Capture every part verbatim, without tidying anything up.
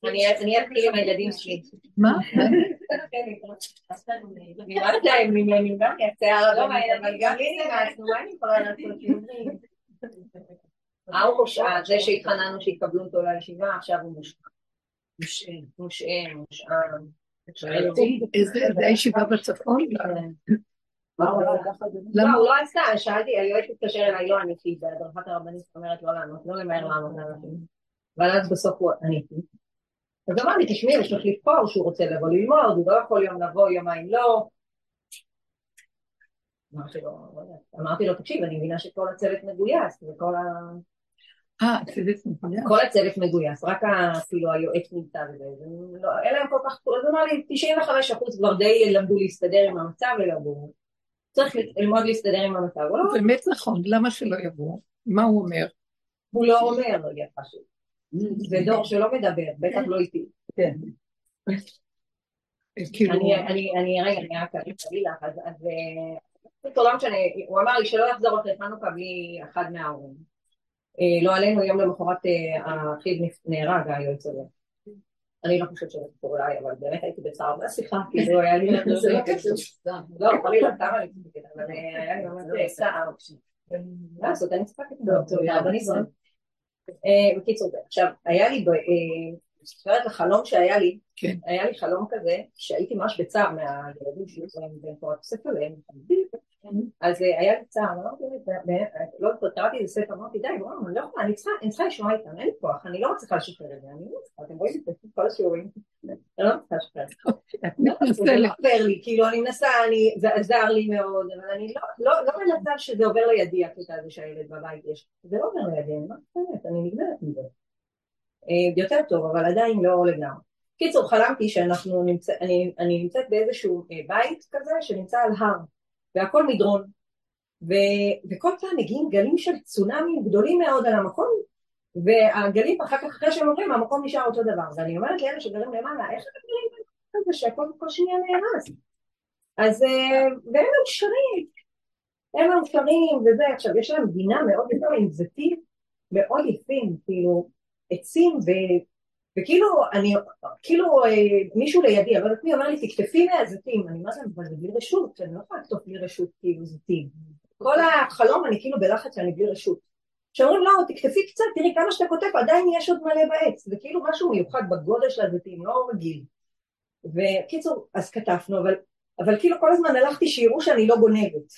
אני אתחיל עם הילדים שלי. מה? נמאס להם ממני, גם יצא הרבה, אבל גם לי נמאסנו, מה אני יכולה לעשות? האו זה שהתחננו שיקבלו אותו לישיבה, עכשיו הוא מושעה. מושעה, מושעה, מושעה. איזה הישיבה בצפון? לא, הוא לא עשה, שאלתי, היועץ התקשר אליי, לא עניתי, בהדרכת הרבנית אומרת לא לענות, לא למהר לענות לאנשים. אבל אז בסוף הוא עניתי. אז אמרתי, תשמעי, יש לך לבחור שהוא רוצה לבוא ללמוד, הוא לא יכול יום לבוא, יומיים לא. אמרתי לו, אמרתי לו, תקשיב, אני מבינה שכל הצוות מגויס, וכל ה... אה, הצוות מגויס. כל הצוות מגויס, רק אפילו היועץ נמצא בזה, אלה הם כל כך, אז אמר לי, תשעים וחמישה אחוז כבר די למדו להסתדר עם המצב ולבוא. צריך ללמוד להסתדר עם המצב, הוא לא... באמת נכון, למה שלא יבוא? מה הוא אומר? הוא לא אומר, לא יפה שלי. זה דור שלא מדבר, בטח לא איתי. כן. אני רגע, אני רק אגיד לך, אז לא משנה, הוא אמר לי שלא יחזור אחרי חנוכה בלי אחד מההורים. לא עלינו, יום למחרת האחיו נהרג, היועץ הזה. אני לא חושבת שזה קורה אליי, אבל באמת הייתי בצער מהשיחה, כי זה היה לי... זה לא קשור. לא, יכולי לה, כמה אני צפקת, אבל היה לי ממש צער. לא, זאת אני צפקת, אבל נזרם. בקיצור, עכשיו, היה לי, ספרת לחלום שהיה לי, היה לי חלום כזה, שהייתי ממש בצער מהילדים שלי, במקורת ספר להם, אז היה לי צער, לא קראתי איזה ספר, אמרתי די, אני לא יכולה, אני צריכה לשמוע איתם, אין לי כוח, אני לא מצליחה לשחרר את זה, אני לא מצליחה, אתם רואים את זה, כל השיעורים, אני לא מצליחה לשחרר את זה, זה לא עבר לי, כאילו אני מנסה, זה עזר לי מאוד, אבל אני לא מנסה שזה עובר לידי, הקטע הזה שהילד בבית יש, זה לא עובר לידי, אני לא באמת, אני נגמרת מזה, יותר טוב, אבל עדיין לא לגמרי. קיצור, חלמתי שאנחנו נמצא, אני, אני נמצאת באיזשהו בית כזה שנמצא על הר, והכל מדרון, ו, וכל פעם מגיעים גלים של צונאמים גדולים מאוד על המקום, והגלים אחר כך אחרי שהם אומרים, המקום נשאר אותו דבר, ואני אומרת לאלה שגרים למעלה, איך אתם גרים במקום הזה שהכל כל שנייה נהרס? אז, והם מאושרים, הם מאושרים וזה, עכשיו יש להם גינה מאוד יפה עם זיתים מאוד יפים, כאילו עצים ו... וכאילו, אני, כאילו מישהו לידי, אבל מי אומר לי, תקטפי מהזיתים, אני אומרת להם, אבל זה בלי רשות, אני לא יכולה לקטוף בלי רשות, כאילו זיתים. כל החלום אני כאילו בלחץ שאני בלי רשות. שאומרים, לא, תקטפי קצת, תראי כמה שאתה כותב, עדיין יש עוד מלא בעץ, זה כאילו משהו מיוחד בגודל של הזיתים, לא רגיל. וקיצור, אז כתפנו, אבל, אבל כאילו כל הזמן הלכתי שיראו שאני לא גונבת.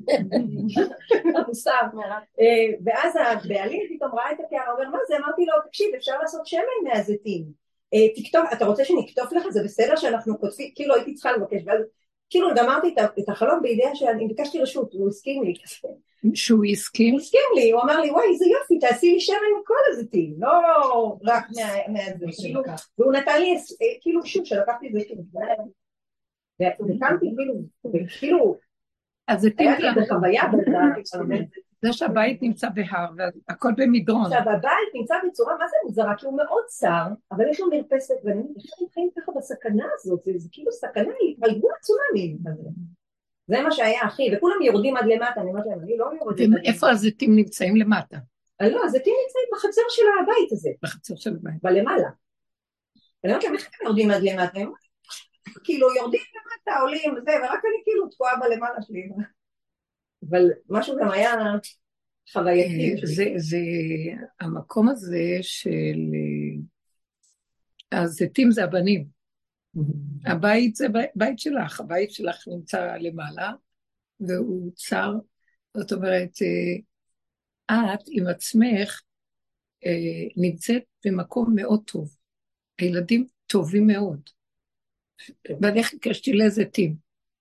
ואז הבעלים פתאום ראה את הקערה, אומר, מה זה? אמרתי לו, תקשיב, אפשר לעשות שמן מהזיתים. תכתוב, אתה רוצה שנכתוב לך? זה בסדר שאנחנו כותבים, כאילו הייתי צריכה לבקש, ואז כאילו גמרתי את החלום בידיעה שאני ביקשתי רשות, הוא הסכים לי. שהוא הסכים? הוא הסכים לי, הוא אמר לי, וואי, איזה יופי, תעשי לי שמן מכל הזיתים, לא רק מהזיתים. והוא נתן לי כאילו שוב שלקחתי זיתים. וקמתי כאילו, אז זה היה לי בחוויה זה שהבית נמצא בהר והכל במדרון. עכשיו הבית נמצא בצורה מה זה מוזרה, כי הוא מאוד צר, אבל יש לו מרפסת, ואני חיים ככה בסכנה הזאת, זה כאילו סכנה, התפלגו הצונאמים. זה מה שהיה אחי, וכולם יורדים עד למטה, אני אומרת להם, אני לא יורדים. איפה הזיתים נמצאים למטה? לא, הזיתים נמצאים בחצר של הבית הזה. בחצר של הבית. בלמעלה. אני אומרת להם, איך אתם יורדים עד למטה? כאילו יורדים למטה, עולים וזה, ורק אני כאילו תקועה בלמעלה שלי. אבל משהו גם היה חווייתי. זה, זה, המקום הזה של הזיתים זה הבנים. הבית זה בית שלך, הבית שלך נמצא למעלה, והוא צר, זאת אומרת, את עם עצמך נמצאת במקום מאוד טוב. הילדים טובים מאוד. ואני חיכשתי לזיתים.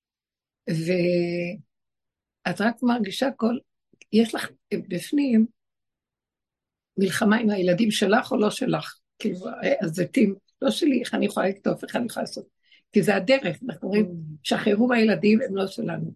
ואת רק מרגישה כל, יש לך בפנים מלחמה עם הילדים שלך או לא שלך? כאילו, הזיתים, לא שלי, איך אני יכולה לכתוב, איך אני יכולה לעשות? כי זה הדרך, אנחנו אומרים, שחררו מהילדים, הם לא שלנו.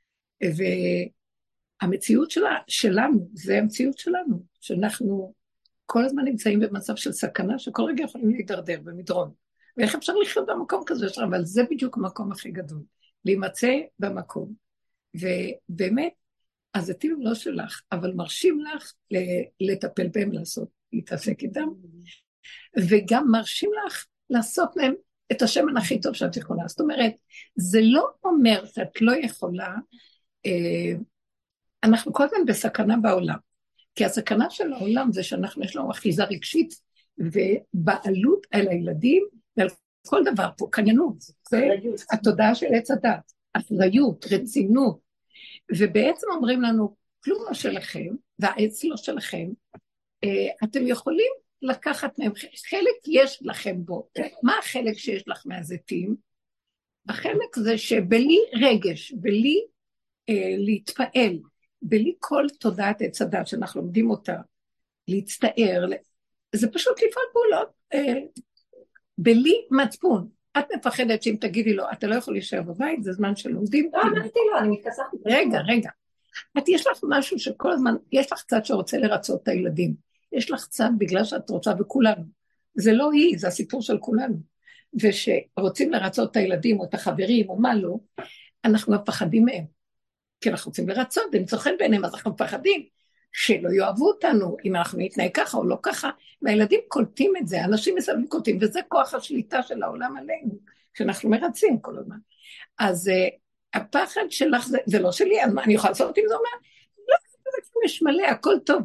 והמציאות שלה, שלנו, זה המציאות שלנו, שאנחנו כל הזמן נמצאים במצב של סכנה, שכל רגע יכולים להידרדר במדרון. ואיך אפשר לחיות במקום כזה? אבל זה בדיוק המקום הכי גדול. להימצא במקום. ובאמת, הזיתים לא שלך, אבל מרשים לך לטפל בהם, לעשות, להתעסק איתם. וגם מרשים לך לעשות להם את השמן הכי טוב שאת יכולה. זאת אומרת, זה לא אומר שאת לא יכולה, אה, אנחנו כל הזמן בסכנה בעולם, כי הסכנה של העולם זה שאנחנו יש לנו אחיזה רגשית, ובעלות על הילדים, ועל כל דבר פה, קניינות, זה התודעה של עץ הדת, אחריות, רצינות, ובעצם אומרים לנו, כלום לא שלכם, והעץ לא שלכם, אתם יכולים לקחת מהם, חלק יש לכם בו, מה החלק שיש לך מהזיתים? החלק זה שבלי רגש, בלי אה, להתפעל, בלי כל תודעת עץ הדת שאנחנו לומדים אותה, להצטער, זה פשוט לפעול פעולות, אה, בלי מצפון. את מפחדת שאם תגידי לו, אתה לא יכול להישאר בבית, זה זמן שלומדים. לא, אמרתי לו, אני מתכסחת. רגע, רגע. את יש לך משהו שכל הזמן, יש לך קצת שרוצה לרצות את הילדים. יש לך קצת בגלל שאת רוצה וכולנו. זה לא היא, זה הסיפור של כולנו. ושרוצים לרצות את הילדים או את החברים או מה לא, אנחנו מפחדים מהם. כי אנחנו רוצים לרצות, הם צוחן ביניהם, אז אנחנו מפחדים שלא יאהבו אותנו, אם אנחנו נתנהג ככה או לא ככה, והילדים קולטים את זה, אנשים מסביב קולטים, וזה כוח השליטה של העולם עלינו, שאנחנו מרצים כל הזמן. אז uh, הפחד שלך, זה, זה לא שלי, אז מה אני יכולה לעשות עם זה? אומר, לא, זה יש מלא, הכל טוב.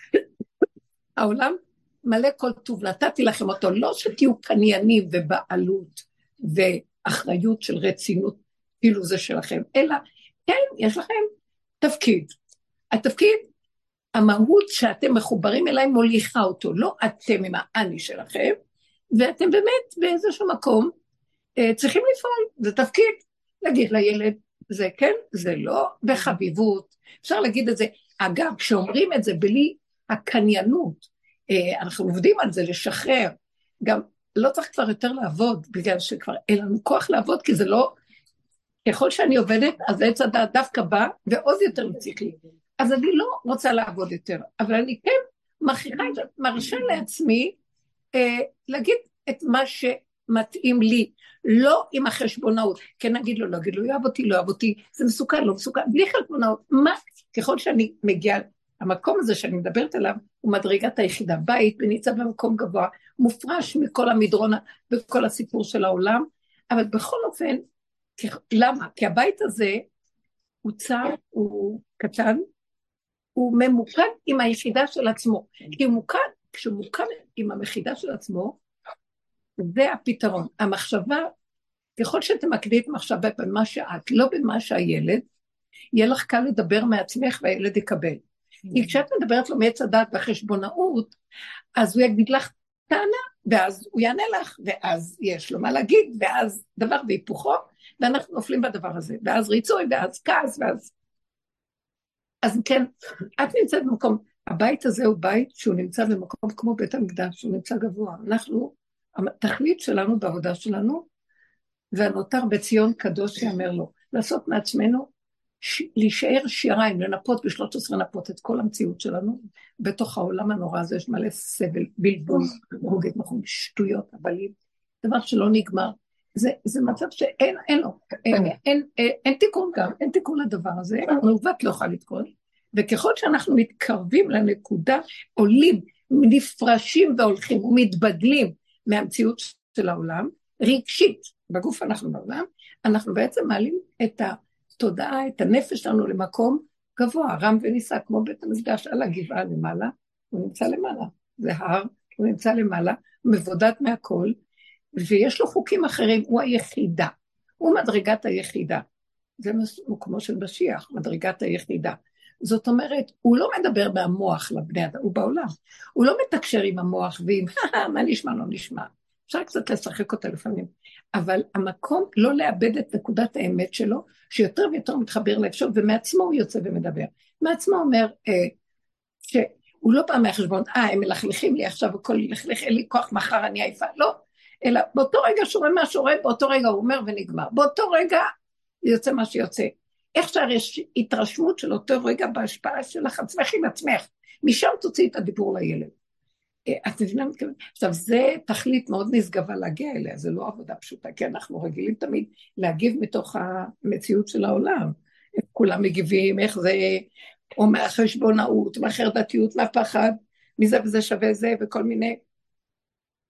העולם מלא כל טוב, נתתי לכם אותו, לא שתהיו קניינים ובעלות ואחריות של רצינות, כאילו זה שלכם, אלא כן, יש לכם תפקיד. התפקיד, המהות שאתם מחוברים אליי מוליכה אותו, לא אתם עם האני שלכם, ואתם באמת באיזשהו מקום צריכים לפעול, זה תפקיד, להגיד לילד, זה כן, זה לא, בחביבות, אפשר להגיד את זה, אגב, כשאומרים את זה בלי הקניינות, אנחנו עובדים על זה, לשחרר, גם לא צריך כבר יותר לעבוד, בגלל שכבר אין לנו כוח לעבוד, כי זה לא, ככל שאני עובדת, אז עץ הדעת דווקא בא, ועוד יותר מציק לי. אז אני לא רוצה לעבוד יותר, אבל אני כן מכירה, מרשה לעצמי, אה, להגיד את מה שמתאים לי, לא עם החשבונאות, כן נגיד לו, לא אגיד לו, יאהב אותי, לא יאהב אותי, זה מסוכן, לא מסוכן, בלי חשבונאות, מה? ככל שאני מגיעה, המקום הזה שאני מדברת עליו, הוא מדרגת היחידה, בית, וניצב במקום גבוה, מופרש מכל המדרון, בכל הסיפור של העולם, אבל בכל אופן, למה? כי הבית הזה, הוא צר, הוא קטן, הוא ממוקד עם היחידה של עצמו, כי הוא מוקד, כשהוא מוקד עם המחידה של עצמו, זה הפתרון. המחשבה, ככל שתמקדי את מחשבה במה שאת, לא במה שהילד, יהיה לך קל לדבר מעצמך והילד יקבל. כי כשאת מדברת לו מעץ הדעת בחשבונאות, אז הוא יגיד לך טענה, ואז הוא יענה לך, ואז יש לו מה להגיד, ואז דבר והיפוכו, ואנחנו נופלים בדבר הזה, ואז ריצוי, ואז כעס, ואז... אז כן, את נמצאת במקום, הבית הזה הוא בית שהוא נמצא במקום כמו בית המקדש, שהוא נמצא גבוה. אנחנו, התכלית שלנו בעבודה שלנו, והנותר בציון קדוש יאמר לו, לעשות מעצמנו, ש... להישאר שיריים, לנפות בשלוש עשרה נפות את כל המציאות שלנו, בתוך העולם הנורא הזה יש מלא סבל, בלבול, רוגת מחום, שטויות, הבלים, דבר שלא נגמר. זה, זה מצב שאין, אין לו, אין, אין, אין, אין תיקון גם, אין תיקון לדבר הזה, מעוות לא יכול לתקון, וככל שאנחנו מתקרבים לנקודה, עולים, נפרשים והולכים, ומתבדלים מהמציאות של העולם, רגשית, בגוף אנחנו בעולם, אנחנו בעצם מעלים את התודעה, את הנפש שלנו למקום גבוה, רם ונישא, כמו בית המקדש על הגבעה למעלה, הוא נמצא למעלה, זה הר, הוא נמצא למעלה, מבודד מהכל, ויש לו חוקים אחרים, הוא היחידה, הוא מדרגת היחידה, זה כמו של משיח, מדרגת היחידה, זאת אומרת, הוא לא מדבר במוח לבני אדם, הוא בעולם, הוא לא מתקשר עם המוח ועם, מה נשמע, לא נשמע, אפשר קצת לשחק אותה לפעמים, אבל המקום לא לאבד את נקודת האמת שלו, שיותר ויותר מתחבר לאפשר, ומעצמו הוא יוצא ומדבר, מעצמו אומר, אה, שהוא לא בא מהחשבון, אה, הם מלכלכים לי עכשיו, הכל ילכלך, אין לי כוח, מחר אני עייפה, לא, אלא באותו רגע שהוא רואה מה שרואה, באותו רגע הוא אומר ונגמר, באותו רגע יוצא מה שיוצא, איך שער יש התרשמות של אותו רגע בהשפעה שלך עצמך עם עצמך, משם תוציא את הדיבור לילד. את מבינה מתכוונת? עכשיו זה תכלית מאוד נשגבה להגיע אליה, זה לא עבודה פשוטה, כי אנחנו רגילים תמיד להגיב מתוך המציאות של העולם, כולם מגיבים, איך זה, או מהחשבונאות, מהחרדתיות, מהפחד, מזה וזה שווה זה, וכל מיני,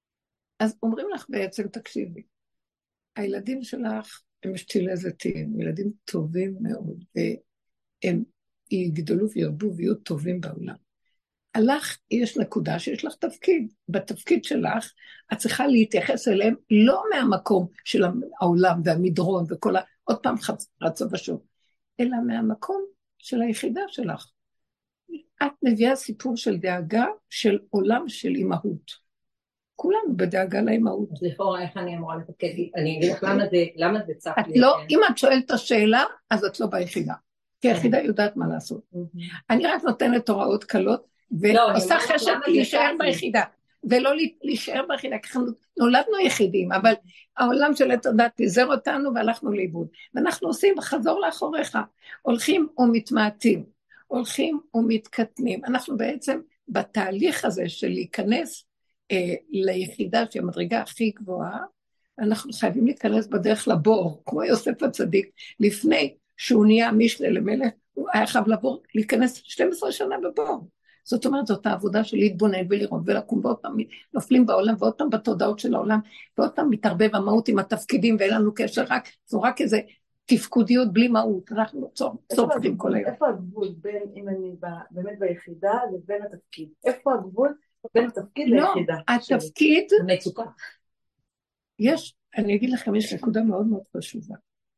אז אומרים לך בעצם, תקשיבי, הילדים שלך הם שתילי זיתים, ילדים טובים מאוד, והם יגדלו וירבו ויהיו טובים בעולם. עלך יש נקודה שיש לך תפקיד, בתפקיד שלך את צריכה להתייחס אליהם לא מהמקום של העולם והמדרון וכל ה... עוד פעם רצו ושוב, אלא מהמקום של היחידה שלך. את מביאה סיפור של דאגה של עולם של אימהות. כולנו בדאגה לאימהות. אז לכאורה איך אני אמורה לתפקד? אני אגיד לך למה זה, למה זה צף לי? לא, אם את שואלת את השאלה, אז את לא ביחידה. כי היחידה יודעת מה לעשות. אני רק נותנת הוראות קלות, ועושה חשב להישאר ביחידה. ולא להישאר ביחידה, כי נולדנו יחידים, אבל העולם של עת הדת פיזר אותנו והלכנו לאיבוד. ואנחנו עושים חזור לאחוריך, הולכים ומתמעטים, הולכים ומתקטנים. אנחנו בעצם בתהליך הזה של להיכנס אה, ליחידה שהיא המדרגה הכי גבוהה, אנחנו חייבים להיכנס בדרך לבור, כמו יוסף הצדיק, לפני שהוא נהיה משנה למלך, הוא היה חייב לבור, להיכנס שתים עשרה שנה בבור. זאת אומרת, זאת העבודה של להתבונן ולראות ולקום, ועוד פעם נופלים בעולם, ועוד פעם בתודעות של העולם, ועוד פעם מתערבב המהות עם התפקידים, ואין לנו קשר רק, זו רק איזה תפקודיות בלי מהות, אנחנו צורכים כל היום. איפה הגבול בין, אם אני באמת ביחידה, לבין התפקיד? איפה הגבול בין התפקיד ליחידה? לא, התפקיד... מצוקה. יש, אני אגיד לכם, יש נקודה מאוד מאוד חשובה.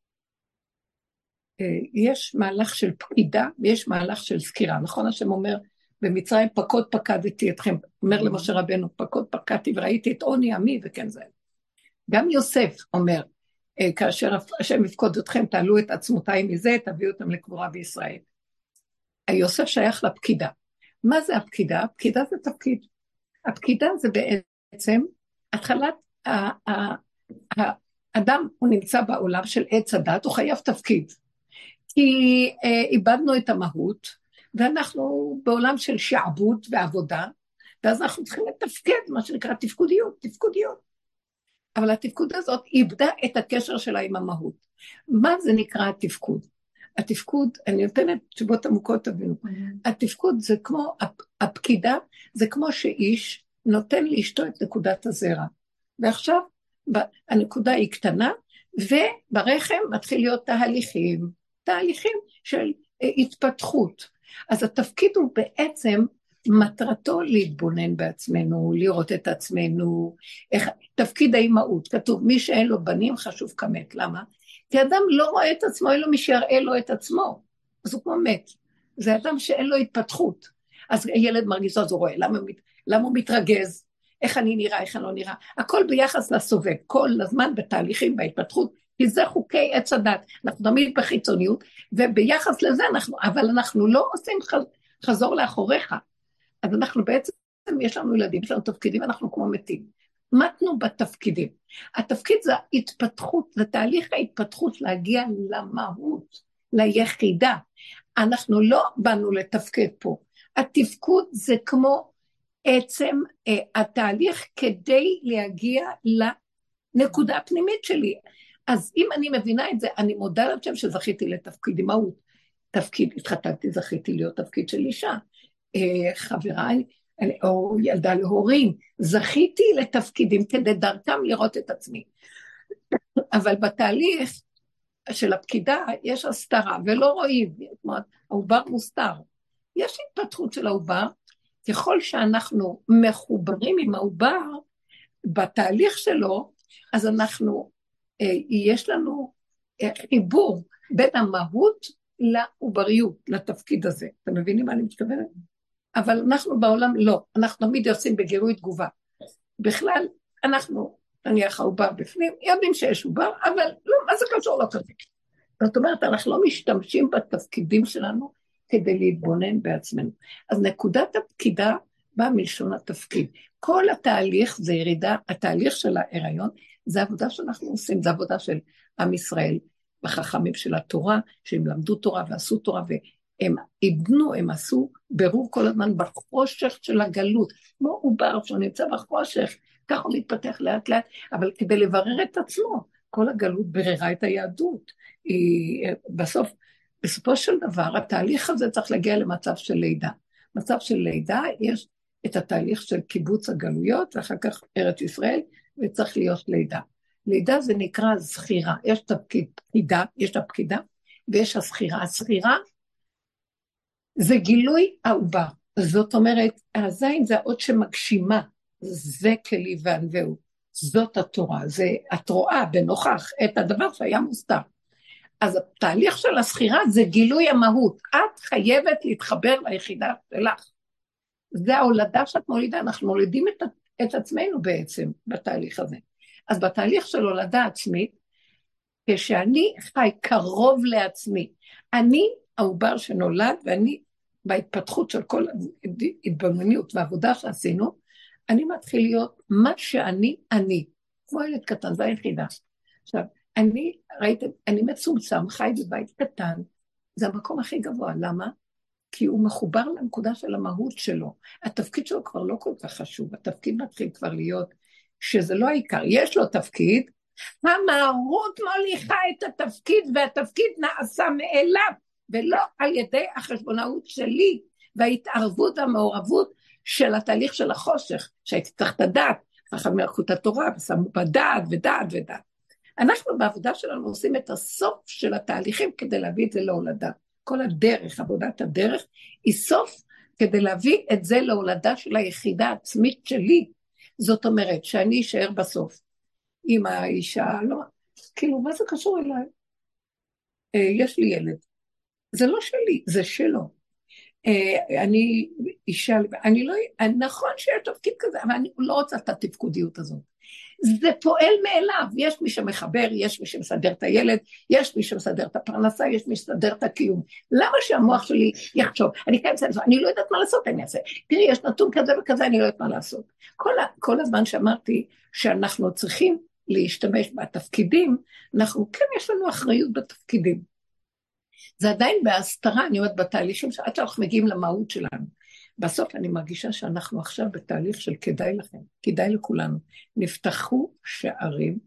יש מהלך של פקידה, ויש מהלך של סקירה, נכון? השם אומר, במצרים פקוד פקדתי אתכם, אומר למשה רבנו, פקוד פקדתי וראיתי את עוני עמי וכן זה. גם יוסף אומר, כאשר השם יפקוד אתכם, תעלו את עצמותיי מזה, תביאו אותם לקבורה בישראל. היוסף שייך לפקידה. מה זה הפקידה? הפקידה זה תפקיד. הפקידה זה בעצם, התחלת, האדם הוא נמצא בעולם של עץ הדת, הוא חייב תפקיד. כי איבדנו את המהות, ואנחנו בעולם של שעבוד ועבודה, ואז אנחנו צריכים לתפקד, מה שנקרא תפקודיות, תפקודיות. אבל התפקוד הזאת איבדה את הקשר שלה עם המהות. מה זה נקרא התפקוד? התפקוד, אני נותנת תשובות עמוקות, תבינו. התפקוד זה כמו, הפקידה זה כמו שאיש נותן לאשתו את נקודת הזרע. ועכשיו הנקודה היא קטנה, וברחם מתחיל להיות תהליכים, תהליכים של התפתחות. אז התפקיד הוא בעצם מטרתו להתבונן בעצמנו, לראות את עצמנו, איך, תפקיד האימהות, כתוב מי שאין לו בנים חשוב כמת, למה? כי אדם לא רואה את עצמו, אין לו מי שיראה לו את עצמו, אז הוא כמו מת, זה אדם שאין לו התפתחות, אז הילד מרגיש, אז הוא רואה, למה, למה הוא מתרגז, איך אני נראה, איך אני לא נראה, הכל ביחס לסובב, כל הזמן בתהליכים, בהתפתחות, כי זה חוקי עץ הדת, אנחנו תמיד בחיצוניות, וביחס לזה אנחנו, אבל אנחנו לא עושים חזור לאחוריך, אז אנחנו בעצם, יש לנו ילדים, יש לנו תפקידים, אנחנו כמו מתים. מתנו בתפקידים. התפקיד זה ההתפתחות, זה תהליך ההתפתחות להגיע למהות, ליחידה. אנחנו לא באנו לתפקד פה. התפקוד זה כמו עצם אה, התהליך כדי להגיע לנקודה הפנימית שלי. אז אם אני מבינה את זה, אני מודה לשם שזכיתי לתפקיד מהות. תפקיד, התחתנתי, זכיתי להיות תפקיד של אישה. חבריי, או ילדה להורים, זכיתי לתפקידים כדי דרכם לראות את עצמי. אבל בתהליך של הפקידה יש הסתרה, ולא רואים, העובר מוסתר. יש התפתחות של העובר, ככל שאנחנו מחוברים עם העובר, בתהליך שלו, אז אנחנו, יש לנו חיבור בין המהות לעובריות, לתפקיד הזה. אתם מבינים מה אני מתכוונת? אבל אנחנו בעולם לא, אנחנו תמיד יוצאים בגירוי תגובה. בכלל, אנחנו, נניח העובר בפנים, יודעים שיש עובר, אבל לא, מה זה קשור לא כזה? זאת אומרת, אנחנו לא משתמשים בתפקידים שלנו כדי להתבונן בעצמנו. אז נקודת הפקידה באה מלשון התפקיד. כל התהליך זה ירידה, התהליך של ההיריון, זה עבודה שאנחנו עושים, זה עבודה של עם ישראל, בחכמים של התורה, שהם למדו תורה ועשו תורה, והם עיבנו, הם עשו ברור כל הזמן בחושך של הגלות, כמו עובר שהוא נמצא בחושך, כך הוא מתפתח לאט לאט, אבל כדי לברר את עצמו, כל הגלות בררה את היהדות. היא, בסוף, בסופו של דבר, התהליך הזה צריך להגיע למצב של לידה. מצב של לידה, יש את התהליך של קיבוץ הגלויות, ואחר כך ארץ ישראל, וצריך להיות לידה. לידה זה נקרא זכירה, יש את הפקידה, יש את הפקידה, ויש הזכירה. הזכירה זה גילוי העובר, זאת אומרת, הזין זה האות שמגשימה, זה כלי וענווהו, זאת התורה, זה את רואה בנוכח את הדבר שהיה מוסתר. אז התהליך של הזכירה זה גילוי המהות, את חייבת להתחבר ליחידה שלך. זה ההולדה שאת מולידה, אנחנו מולידים את, את עצמנו בעצם בתהליך הזה. אז בתהליך של הולדה עצמית, כשאני חי קרוב לעצמי, אני העובר שנולד, ואני בהתפתחות של כל התבוננות והעבודה שעשינו, אני מתחיל להיות מה שאני, אני, כמו ילד קטן, זה היחידה. עכשיו, אני, ראיתם, אני מצומצם, חי בבית קטן, זה המקום הכי גבוה, למה? כי הוא מחובר לנקודה של המהות שלו. התפקיד שלו כבר לא כל כך חשוב, התפקיד מתחיל כבר להיות, שזה לא העיקר, יש לו תפקיד, המהות מוליכה את התפקיד, והתפקיד נעשה מאליו, ולא על ידי החשבונאות שלי, וההתערבות והמעורבות של התהליך של החושך, שהייתי צריך את הדעת, אחר מלכות התורה, ושמו בדעת ודעת ודעת. אנחנו בעבודה שלנו עושים את הסוף של התהליכים, כדי להביא את זה להולדה. כל הדרך, עבודת הדרך, היא סוף כדי להביא את זה להולדה של היחידה העצמית שלי. זאת אומרת, שאני אשאר בסוף. עם האישה, לא, כאילו, מה זה קשור אליי? יש לי ילד. זה לא שלי, זה שלו. אני אישה, אני לא, נכון שיש תפקיד כזה, אבל אני לא רוצה את התפקודיות הזאת. זה פועל מאליו, יש מי שמחבר, יש מי שמסדר את הילד, יש מי שמסדר את הפרנסה, יש מי שמסדר את הקיום. למה שהמוח שלי יחשוב? אני כן צריך, אני לא יודעת מה לעשות, אני אעשה. תראי, יש נתון כזה וכזה, אני לא יודעת מה לעשות. כל, כל הזמן שאמרתי שאנחנו צריכים להשתמש בתפקידים, אנחנו כן יש לנו אחריות בתפקידים. זה עדיין בהסתרה, אני אומרת, בתהליכים שעד שאנחנו מגיעים למהות שלנו. בסוף אני מרגישה שאנחנו עכשיו בתהליך של כדאי לכם, כדאי לכולנו. נפתחו שערים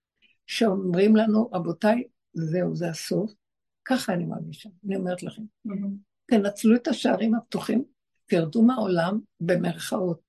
שאומרים לנו, רבותיי, זהו, זה הסוף. ככה אני מרגישה, אני אומרת לכם. Mm-hmm. תנצלו את השערים הפתוחים, תרדו מהעולם במרכאות,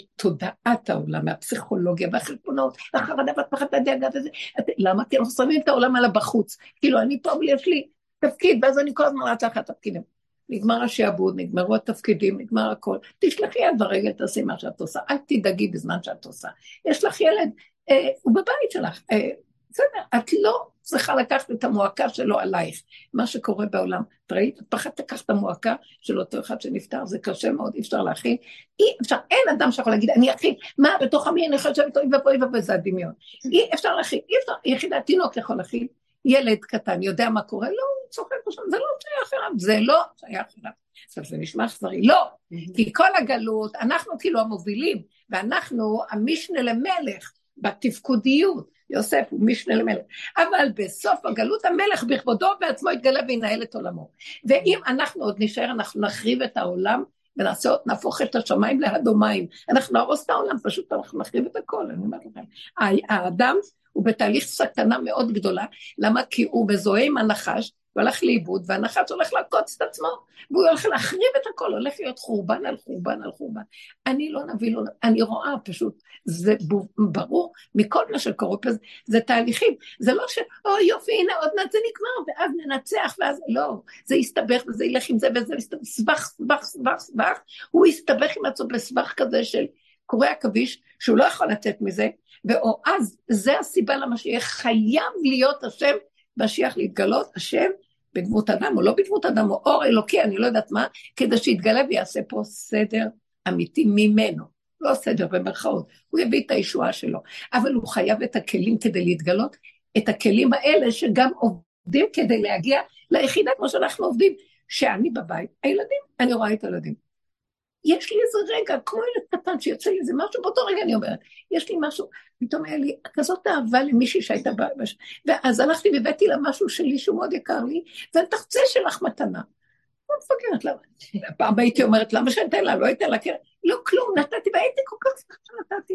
מתודעת העולם, מהפסיכולוגיה והחלפונות, החרדה והפחד והדאגה וזה. למה? כי אנחנו שמים את העולם על הבחוץ. כאילו, אני פה ויש לי תפקיד, ואז אני כל הזמן רצה לך התפקידים. נגמר השעבוד, נגמרו התפקידים, נגמר הכל. תשלחי יד ברגל, תעשי מה שאת עושה. אל תדאגי בזמן שאת עושה. יש לך ילד, אה, הוא בבית שלך. אה, בסדר, את לא צריכה לקחת את המועקה שלו עלייך. מה שקורה בעולם, תראית, את פחד תקח את המועקה של אותו אחד שנפטר, זה קשה מאוד, אי אפשר להכין. אי אפשר, אין אדם שיכול להגיד, אני אכין, מה בתוך עמי אני חושבת, אוי ובוי ובוי, זה הדמיון. אי אפשר להכין, אי אפשר, יחידה, תינוק יכול להכין. ילד קטן יודע מה קורה, לא, הוא צוחק בשם, זה לא שייך אליו, זה לא שייך אליו. עכשיו זה נשמע חזרי, לא, כי כל הגלות, אנחנו כאילו המובילים, ואנחנו המשנה למלך בתפקודיות, יוסף הוא משנה למלך, אבל בסוף הגלות המלך בכבודו בעצמו יתגלה וינהל את עולמו, ואם אנחנו עוד נשאר, אנחנו נחריב את העולם, ונעשה עוד, נהפוך את השמיים להדומיים, אנחנו נהרוס את העולם, פשוט אנחנו נחריב את הכל, אני אומרת לכם, האדם, הוא בתהליך סכנה מאוד גדולה, למה? כי הוא מזוהה עם הנחש, הוא הולך לאיבוד, והנחש הולך לעקוץ את עצמו, והוא הולך להחריב את הכל, הולך להיות חורבן על חורבן על חורבן. אני לא נביא, לא, אני רואה פשוט, זה ברור, מכל מה שקורה פה, זה תהליכים, זה לא ש, או יופי, הנה עוד מעט זה נגמר, ואז ננצח, ואז לא, זה יסתבך, וזה ילך עם זה, וזה יסתבך, סבך, סבך, סבך, סבך, הוא יסתבך עם עצמו בסבך כזה של קורי עכביש, שהוא לא יכול לצאת מזה, ואו אז זה הסיבה למה שיהיה חייב להיות השם, משיח להתגלות, השם בדמות אדם, או לא בדמות אדם, או אור אלוקי, אני לא יודעת מה, כדי שיתגלה ויעשה פה סדר אמיתי ממנו, לא סדר במרכאות, הוא יביא את הישועה שלו, אבל הוא חייב את הכלים כדי להתגלות, את הכלים האלה שגם עובדים כדי להגיע ליחידה, כמו שאנחנו עובדים, שאני בבית, הילדים, אני רואה את הילדים, יש לי איזה רגע, כמו ילד קטן שיוצא לי איזה משהו, באותו רגע אני אומרת, יש לי משהו, פתאום היה לי כזאת אהבה למישהי שהייתה בש... ואז הלכתי והבאתי לה משהו שלי שהוא מאוד יקר לי, ואני תחצה שלך מתנה. לא מפגרת, למה? פעם הייתי אומרת, למה שאתן לה? לא הייתה לה, לא כלום, נתתי, והייתי כל כך שמחה שנתתי,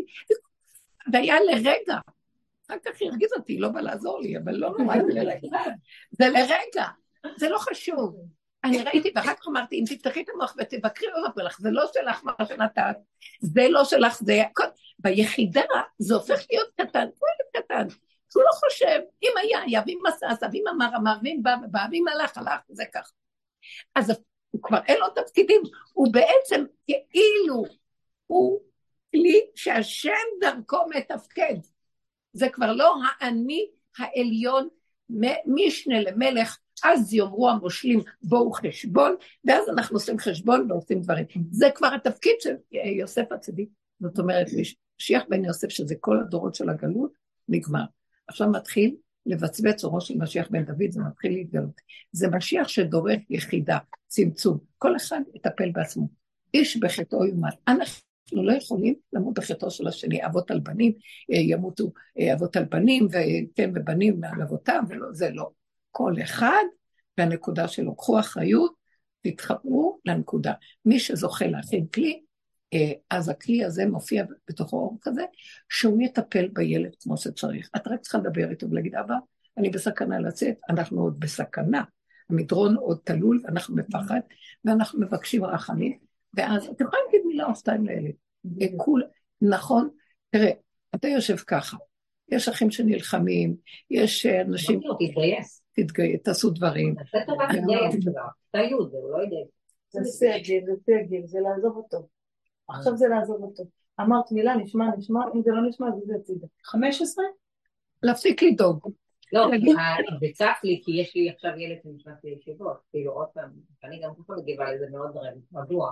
והיה לרגע, אחר כך הרגיז אותי, לא בא לעזור לי, אבל לא נורא, זה לרגע, זה לרגע, זה לא חשוב. אני ראיתי, ואחר כך אמרתי, אם תפתחי את המוח ותבקרי עוד לך, זה לא שלך מה שנתת, זה לא שלך, זה הכל. ביחידה זה הופך להיות קטן, כל קטן. הוא לא חושב, אם היה, היה, ואם עשה, עשה, ואם אמר, אמר, ואם בא, בא, ואם הלך, הלך, זה כך. אז הוא כבר אין לו תפקידים, הוא בעצם כאילו, הוא כלי שהשם דרכו מתפקד. זה כבר לא האני העליון, משנה למלך, אז יאמרו המושלים, בואו חשבון, ואז אנחנו עושים חשבון ועושים דברים. זה כבר התפקיד של יוסף הצדיק. זאת אומרת, משיח בן יוסף, שזה כל הדורות של הגלות, נגמר. עכשיו מתחיל לבצבץ אורו של משיח בן דוד, זה מתחיל להתגלות. זה משיח שדורך יחידה, צמצום. כל אחד יטפל בעצמו. איש בחטאו יומת. אנחנו לא יכולים למות בחטאו של השני. אבות על בנים ימותו אבות על בנים, וכן ובנים מעל אבותם, ולא, זה לא. כל אחד והנקודה שלו. קחו אחריות, תתחברו לנקודה. מי שזוכה להכין כלי, אז הכלי הזה מופיע בתוך האור כזה, שהוא יטפל בילד כמו שצריך. את רק צריכה לדבר איתו ולהגיד, אבא, אני בסכנה לצאת, אנחנו עוד בסכנה. המדרון עוד תלול, ואנחנו מפחד, ואנחנו מבקשים רחמים, ואז אתה יכול להגיד מילה או שתיים לילד. כול, נכון, תראה, אתה יושב ככה, יש אחים שנלחמים, יש אנשים... תתגייס. תתגייס, תעשו דברים. תעשה טובה, תתגייס. אתה יוד, הוא לא יודע. זה סגל, זה סגל, זה לעזוב אותו. עכשיו זה לעזוב אותו. אמרת מילה, נשמע, נשמע, אם זה לא נשמע, זה הצידה. חמש עשרה? להפסיק לדאוג. לא, זה צף לי, כי יש לי עכשיו ילד שנשמע לישיבות, כאילו עוד פעם, אני גם ככה מגיבה לזה מאוד מדוע.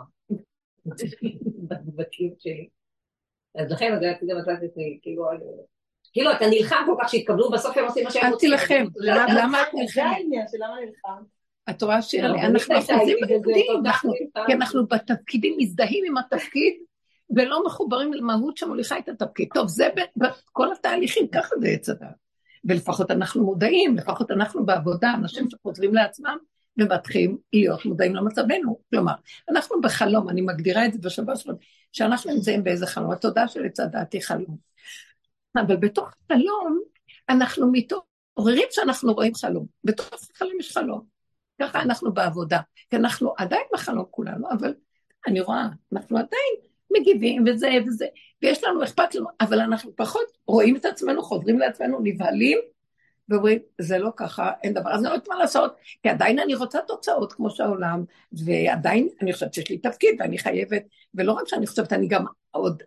בקיאות שלי. אז לכן, אז זה גם מצאת לי, כאילו, כאילו, אתה נלחם כל כך שהתקבלו בסוף הם עושים מה שהם רוצים. אל תלחם, למה את נלחם? זה העניין של למה נלחם. את רואה שאנחנו אחוזים בתפקידים, כי אנחנו בתפקידים מזדהים עם התפקיד, ולא מחוברים למהות שמוליכה את התפקיד. טוב, זה בכל התהליכים, ככה זה יצדה. ולפחות אנחנו מודעים, לפחות אנחנו בעבודה, אנשים שחוזרים לעצמם, ומתחילים להיות מודעים למצבנו. כלומר, אנחנו בחלום, אני מגדירה את זה בשבוע שלנו, שאנחנו נמצאים באיזה חלום, התודעה של יצדתי חלום. אבל בתוך חלום, אנחנו מתעוררים שאנחנו רואים חלום. בתוך החלום יש חלום. ככה אנחנו בעבודה, כי אנחנו עדיין בחלום כולנו, אבל אני רואה, אנחנו עדיין מגיבים וזה וזה, ויש לנו אכפת לנו, אבל אנחנו פחות רואים את עצמנו, חוזרים לעצמנו, נבהלים, ואומרים, זה לא ככה, אין דבר, אז אני לא יודעת מה לעשות, כי עדיין אני רוצה תוצאות כמו שהעולם, ועדיין אני חושבת שיש לי תפקיד, ואני חייבת, ולא רק שאני חושבת, אני גם עוד,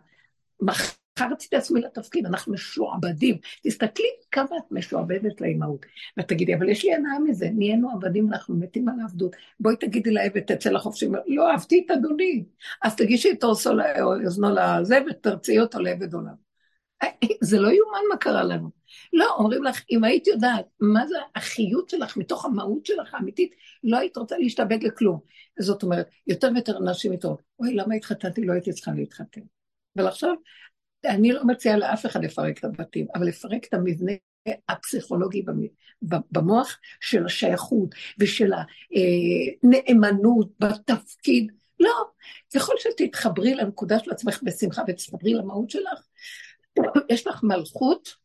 מכרתי את עצמי לתפקיד, אנחנו משועבדים, תסתכלי כמה את משועבדת לאימהות, ותגידי, אבל יש לי הנאה מזה, נהיינו עבדים, אנחנו מתים על העבדות, בואי תגידי לעבד, תצא לחופשי, לא אהבתי את אדוני, אז תגישי את אוזנו לזה, ותרציעי אותו לעבד עולם. זה לא יומן מה קרה לנו. לא, אומרים לך, אם היית יודעת, מה זה החיות שלך, מתוך המהות שלך האמיתית, לא היית רוצה להשתעבד לכלום. זאת אומרת, יותר ויותר אנשים איתו, אוי, למה התחתנתי? לא הייתי צריכה להתחתן. ולעכשיו, אני לא מציעה לאף אחד לפרק את הבתים, אבל לפרק את המבנה הפסיכולוגי במוח של השייכות ושל הנאמנות בתפקיד. לא, ככל שתתחברי לנקודה של עצמך בשמחה ותתחברי למהות שלך, יש לך מלכות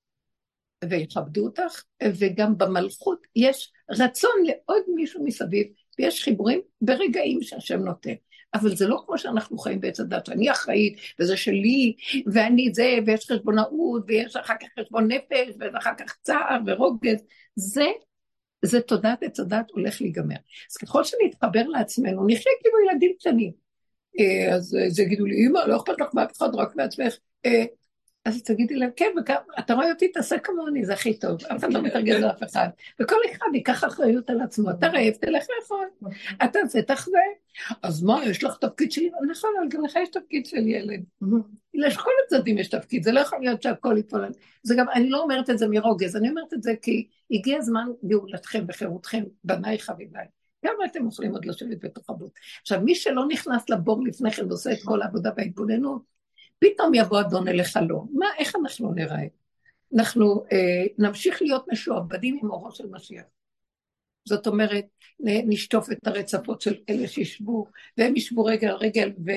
ויכבדו אותך, וגם במלכות יש רצון לעוד מישהו מסביב, ויש חיבורים ברגעים שהשם נותן. אבל זה לא כמו שאנחנו חיים בעץ הדת, שאני אחראית, וזה שלי, ואני זה, ויש חשבונאות, ויש אחר כך חשבון נפש, ואחר כך צער ורוגז. זה, זה תודעת עץ הדת הולך להיגמר. אז ככל שנתחבר לעצמנו, נחיה כאילו ילדים קטנים. אז זה יגידו לי, אמא, לא אכפת לך מאף אחד, רק מעצמך. אז תגידי להם, כן, אתה רואה אותי, תעשה כמוני, זה הכי טוב, אף אחד לא מתרגז לאף אחד, וכל אחד ייקח אחריות על עצמו, אתה רעב, תלך לאכול, אתה זה תחווה, אז מה, יש לך תפקיד שלי? נכון, אבל גם לך יש תפקיד של ילד, לכל הצדדים יש תפקיד, זה לא יכול להיות שהכל יפול, זה גם, אני לא אומרת את זה מרוגז, אני אומרת את זה כי הגיע הזמן גאולתכם וחירותכם, בניי חביביי, גם אתם יכולים עוד לשבת בתוך הבית. עכשיו, מי שלא נכנס לבור לפני כן ועושה את כל העבודה וההתבוננות, פתאום יבוא אדון אל החלום. מה, איך אנחנו נראה? אנחנו אה, נמשיך להיות משועבדים עם אורו של משיח. זאת אומרת, נשטוף את הרצפות של אלה שישבו, והם ישבו רגל רגל,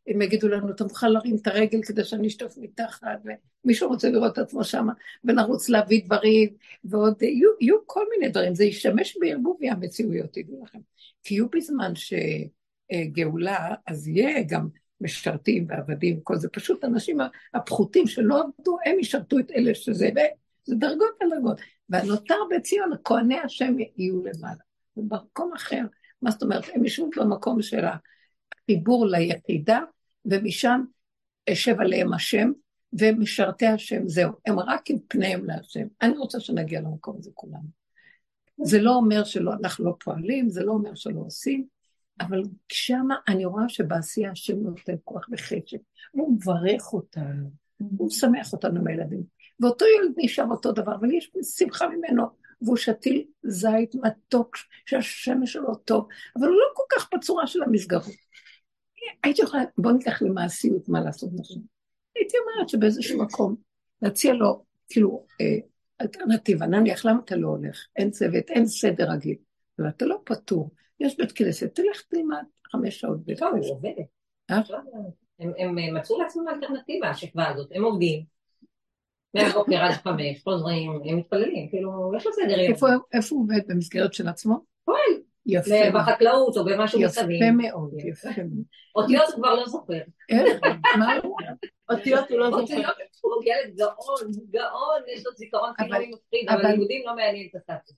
הם יגידו לנו, אתה מוכן להרים את הרגל כדי שאני אשטוף מתחת, ומישהו רוצה לראות את עצמו שם, ונרוץ להביא דברים, ועוד יהיו, יהיו כל מיני דברים, זה ישתמש בערבובי המציאויות, תדעו לכם. כי יהיו בזמן שגאולה, אז יהיה גם משרתים ועבדים, כל זה פשוט אנשים הפחותים שלא עבדו, הם ישרתו את אלה שזה, וזה דרגות על דרגות. והנותר בציון, כהני השם יהיו למעלה. ובמקום אחר, מה זאת אומרת, הם ישבו במקום של החיבור ליחידה, ומשם ישב עליהם השם, ומשרתי השם, זהו, הם רק עם פניהם להשם. אני רוצה שנגיע למקום הזה כולנו. זה לא אומר שלא, אנחנו לא פועלים, זה לא אומר שלא עושים, אבל כשמה אני רואה שבעשייה השם נותן כוח וחשק, הוא מברך אותנו, הוא שמח אותנו מהילדים, ואותו ילד נשאר אותו דבר, אבל יש שמחה ממנו, והוא שתיל זית מתוק, שהשמש שלו טוב, אבל הוא לא כל כך בצורה של המסגרות. הייתי יכולה, בוא ניקח למעשיות מה לעשות נכון. הייתי אומרת שבאיזשהו מקום, להציע לו, כאילו, אה, אלטרנטיבה, נניח, למה אתה לא הולך? אין צוות, אין סדר רגיל, אבל אתה לא פטור. יש בית כנסת, תלך תלמד חמש שעות בית טוב, כנסת. היא עובדת. הם מצאו לעצמם אלטרנטיבה, השכבה הזאת, הם עובדים, מהבוקר עד חמש, חוזרים, הם מתפללים, כאילו, יש לו סדר יום. איפה הוא עובד? במסגרת של עצמו? פועל. יפה. בחקלאות או במשהו מסביב. יפה מאוד, יפה מאוד. אותיות הוא כבר לא זוכר. איך? מה הוא? אותיות הוא לא זוכר. אותיות הוא ילד גאון, גאון, יש לו זיכרון כאילו מפחיד, אבל לימודים לא מעניין את הסטטוס.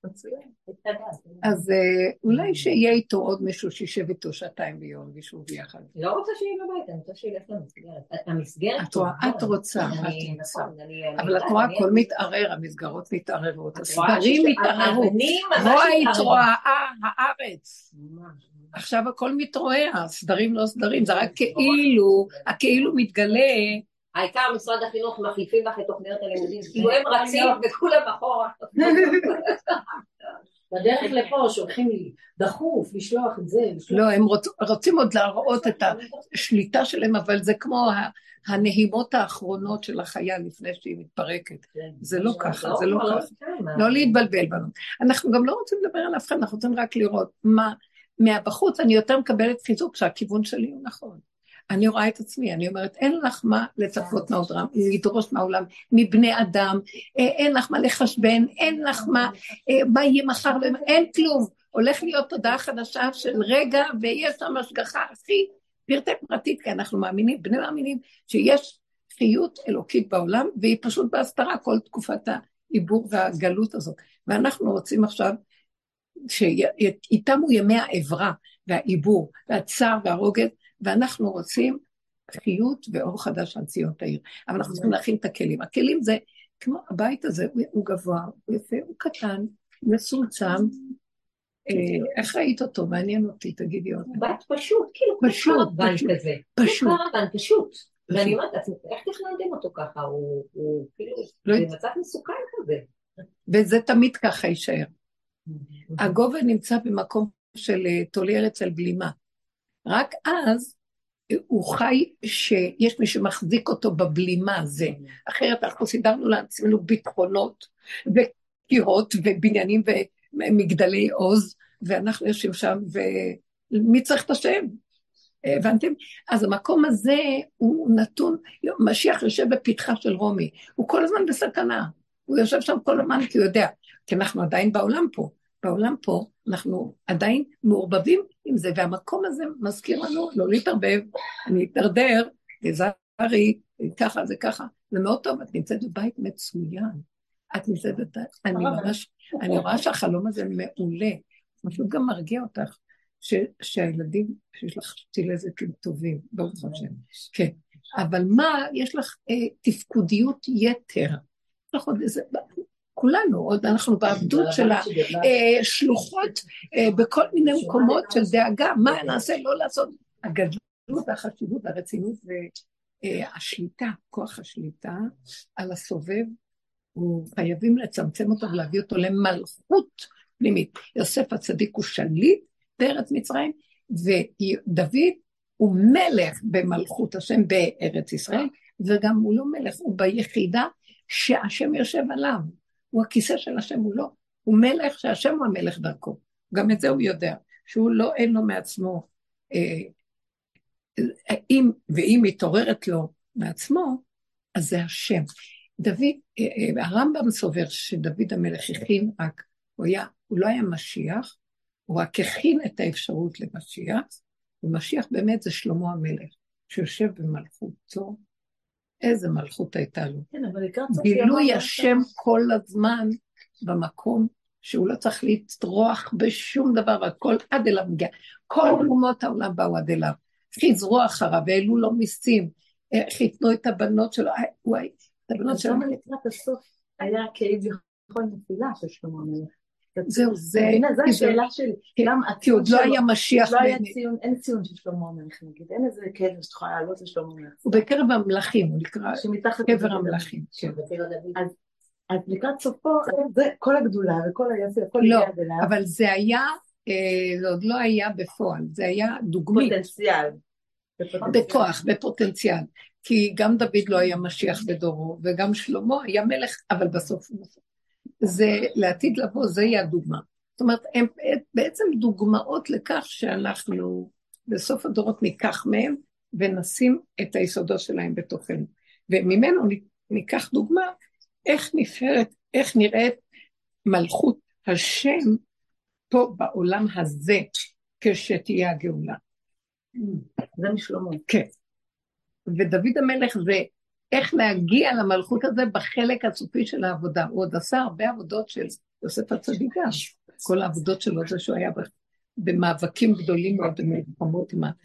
אז אולי שיהיה איתו עוד מישהו שישב איתו שעתיים ביום, וישבו ביחד. לא רוצה שיהיה בבית, אני רוצה שיהיה למסגרת. המסגרת... את רוצה, אבל את רואה, הכל מתערער, המסגרות מתערערות, הסדרים מתערערו. רואי התרועה, הארץ. עכשיו הכל מתרועע, הסדרים לא סדרים, זה רק כאילו, הכאילו מתגלה. העיקר משרד החינוך מחליפים לך את תוכניות הלימודים, כאילו הם רצים וכולם אחורה. בדרך לפה שולחים לי דחוף, לשלוח את זה. לא, הם רוצים עוד להראות את השליטה שלהם, אבל זה כמו הנהימות האחרונות של החיה לפני שהיא מתפרקת. זה לא ככה, זה לא ככה. לא להתבלבל בנו. אנחנו גם לא רוצים לדבר על אף אחד, אנחנו רוצים רק לראות מה, מהבחוץ אני יותר מקבלת חיזוק שהכיוון שלי הוא נכון. אני רואה את עצמי, אני אומרת, אין לך מה לצפות מהעולם, לדרוש מהעולם, מבני אדם, אין לך מה לחשבן, אין לך מה, מה יהיה מחר, אין כלום. הולך להיות תודעה חדשה של רגע, ויש שם השגחה הכי פרטי פרטית, כי אנחנו מאמינים, בני מאמינים, שיש חיות אלוקית בעולם, והיא פשוט בהסתרה כל תקופת העיבור והגלות הזאת. ואנחנו רוצים עכשיו, שאיתמו ימי העברה, והעיבור, והצער והרוגז, ואנחנו רוצים חיות ואור חדש על ציון העיר. אבל אנחנו צריכים להכין את הכלים. הכלים זה, כמו הבית הזה, הוא גבוה, הוא יפה, הוא קטן, מסולצם. איך ראית אותו? מעניין אותי, תגידי עוד. בית פשוט, כאילו, פשוט, פשוט כזה. פשוט. קרבן, פשוט. ואני אומרת, איך תכננתם אותו ככה? הוא כאילו, זה מצב מסוכן כזה. וזה תמיד ככה יישאר. הגובה נמצא במקום של תולי ארץ על בלימה. רק אז הוא חי שיש מי שמחזיק אותו בבלימה הזה. אחרת אנחנו סידרנו לעצמנו ביטחונות וקירות ובניינים ומגדלי עוז, ואנחנו יושבים שם, ומי צריך את השם? הבנתם? אז המקום הזה הוא נתון, משיח יושב בפתחה של רומי, הוא כל הזמן בסכנה, הוא יושב שם כל הזמן כי הוא יודע, כי אנחנו עדיין בעולם פה, בעולם פה אנחנו עדיין מעורבבים עם זה, והמקום הזה מזכיר לנו לא להתערבב, אני אתדרדר, תזהרי, ככה זה ככה, זה מאוד טוב, את נמצאת בבית מצוין, את נמצאת בבית, אני ממש, אני רואה שהחלום הזה מעולה, משהו גם מרגיע אותך, שהילדים, שיש לך תילזת טובים, ברוך השם, כן, אבל מה, יש לך תפקודיות יתר, יש לך עוד איזה, כולנו, עוד אנחנו בעבדות של השלוחות בכל מיני מקומות של דאגה, מה נעשה, לא לעשות, הגדלות, החשיבות, הרצינות והשליטה, כוח השליטה על הסובב, הוא חייבים לצמצם אותו ולהביא אותו למלכות פנימית. יוסף הצדיק הוא שליט בארץ מצרים, ודוד הוא מלך במלכות השם בארץ ישראל, וגם הוא לא מלך, הוא ביחידה שהשם יושב עליו. הוא הכיסא של השם, הוא לא, הוא מלך שהשם הוא המלך דרכו. גם את זה הוא יודע, שהוא לא, אין לו מעצמו אה, אם, ואם מתעוררת לו מעצמו, אז זה השם. דוד, הרמב"ם סובר שדוד המלך הכין רק, הוא, היה, הוא לא היה משיח, הוא רק הכין את האפשרות למשיח, ומשיח באמת זה שלמה המלך, שיושב במלכותו, איזה מלכות הייתה לו. כן, אבל לקראת סוף גילוי השם כל הזמן במקום, שהוא לא צריך לצרוח בשום דבר, הכל עד אליו מגיע. כל אומות העולם באו עד אליו, חזרו אחריו, והעלו לו מיסים, חיתנו את הבנות שלו, הוא היה, את הבנות שלו. למה לקראת הסוף היה כביכול נפילה של שלמה המלך? זהו, זה... זו השאלה שלי. כי עוד לא היה משיח באמת. אין ציון של שלמה המלך, נגיד. אין איזה קבר שתוכל לעלות לשלמה המלך. הוא בקרב המלכים, הוא נקרא קבר המלכים. אז לקראת סופו, זה כל הגדולה וכל היופי, הכל לא, יד אליו. אבל זה היה, זה עוד לא היה בפועל, זה היה דוגמית. פוטנציאל. בכוח, בפוטנציאל. כי גם דוד לא היה משיח בדורו, וגם שלמה היה מלך, אבל בסוף זה לעתיד לבוא, זה יהיה הדוגמה. זאת אומרת, הם בעצם דוגמאות לכך שאנחנו בסוף הדורות ניקח מהם, ונשים את היסודות שלהם בתוכנו. וממנו ניקח דוגמה, איך נפארת, איך נראית מלכות השם פה בעולם הזה, כשתהיה הגאולה. זה משלמה. כן. ודוד המלך זה איך להגיע למלכות הזה בחלק הסופי של העבודה. הוא עוד עשה הרבה עבודות של יוסף הצדיק. כל העבודות שלו זה שהוא היה במאבקים גדולים מאוד, במלחמות עם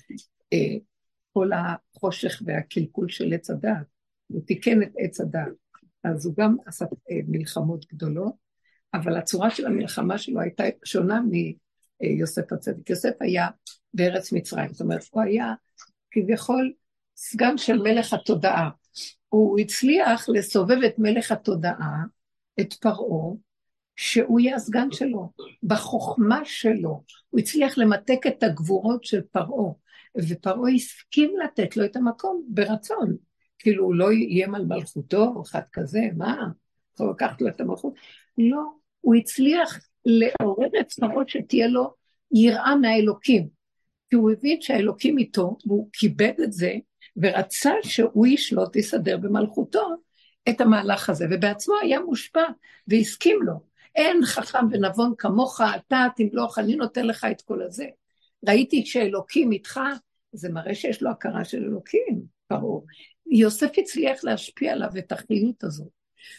כל החושך והקלקול של עץ הדעת. הוא תיקן את עץ הדעת. אז הוא גם עשה מלחמות גדולות, אבל הצורה של המלחמה שלו הייתה שונה מיוסף הצדיק. יוסף היה בארץ מצרים, זאת אומרת, הוא היה כביכול סגן של מלך התודעה. הוא הצליח לסובב את מלך התודעה, את פרעה, שהוא יהיה הסגן שלו, בחוכמה שלו. הוא הצליח למתק את הגבורות של פרעה, ופרעה הסכים לתת לו את המקום ברצון. כאילו הוא לא יהיה על מלכותו, אחד כזה, מה? הוא לקחת לו את המלכות. לא, הוא הצליח לעורר את פרעה שתהיה לו יראה מהאלוקים. כי הוא הבין שהאלוקים איתו, והוא כיבד את זה, ורצה שהוא ישלוט יסדר במלכותו את המהלך הזה, ובעצמו היה מושפע, והסכים לו. אין חכם ונבון כמוך, אתה תמלוך, אני נותן לך את כל הזה. ראיתי שאלוקים איתך, זה מראה שיש לו הכרה של אלוקים, פרעה. יוסף הצליח להשפיע עליו את החיות הזאת.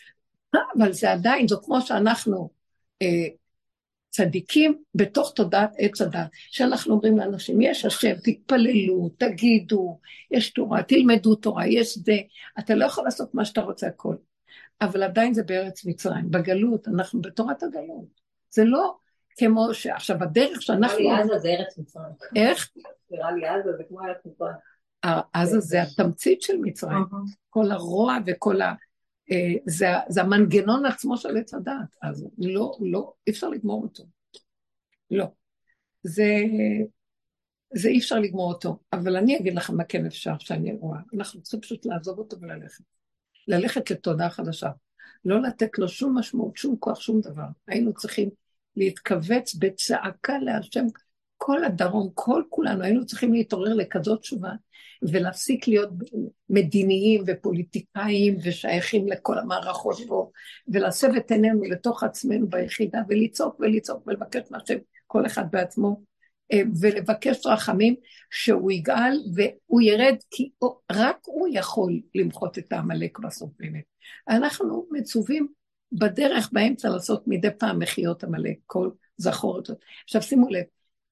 אבל זה עדיין, זו כמו שאנחנו אה, צדיקים בתוך תודעת עץ הדת, שאנחנו אומרים לאנשים, יש השם, תתפללו, תגידו, יש תורה, תלמדו תורה, יש זה, אתה לא יכול לעשות מה שאתה רוצה הכל. אבל עדיין זה בארץ מצרים, בגלות, אנחנו בתורת הגלות. זה לא כמו שעכשיו הדרך שאנחנו... נראה לי עזה זה ארץ מצרים. איך? נראה לי עזה זה כמו ארץ מצרים. עזה זה התמצית של מצרים, כל הרוע וכל ה... זה, זה המנגנון עצמו של עץ הדעת, אז לא, לא, אי אפשר לגמור אותו. לא. זה, זה אי אפשר לגמור אותו, אבל אני אגיד לכם מה כן אפשר שאני רואה. אנחנו צריכים פשוט לעזוב אותו וללכת. ללכת לתודעה חדשה. לא לתת לו שום משמעות, שום כוח, שום דבר. היינו צריכים להתכווץ בצעקה להשם, כל הדרום, כל כולנו, היינו צריכים להתעורר לכזאת תשובה, ולהפסיק להיות מדיניים ופוליטיקאים ושייכים לכל המערכות פה, ולהסב את עינינו לתוך עצמנו ביחידה, ולצעוק ולצעוק ולבקש מהשם כל אחד בעצמו, ולבקש רחמים שהוא יגאל והוא ירד, כי רק הוא יכול למחות את העמלק בסוף באמת. אנחנו מצווים בדרך באמצע לעשות מדי פעם מחיות עמלק, כל זכור אותו. עכשיו שימו לב,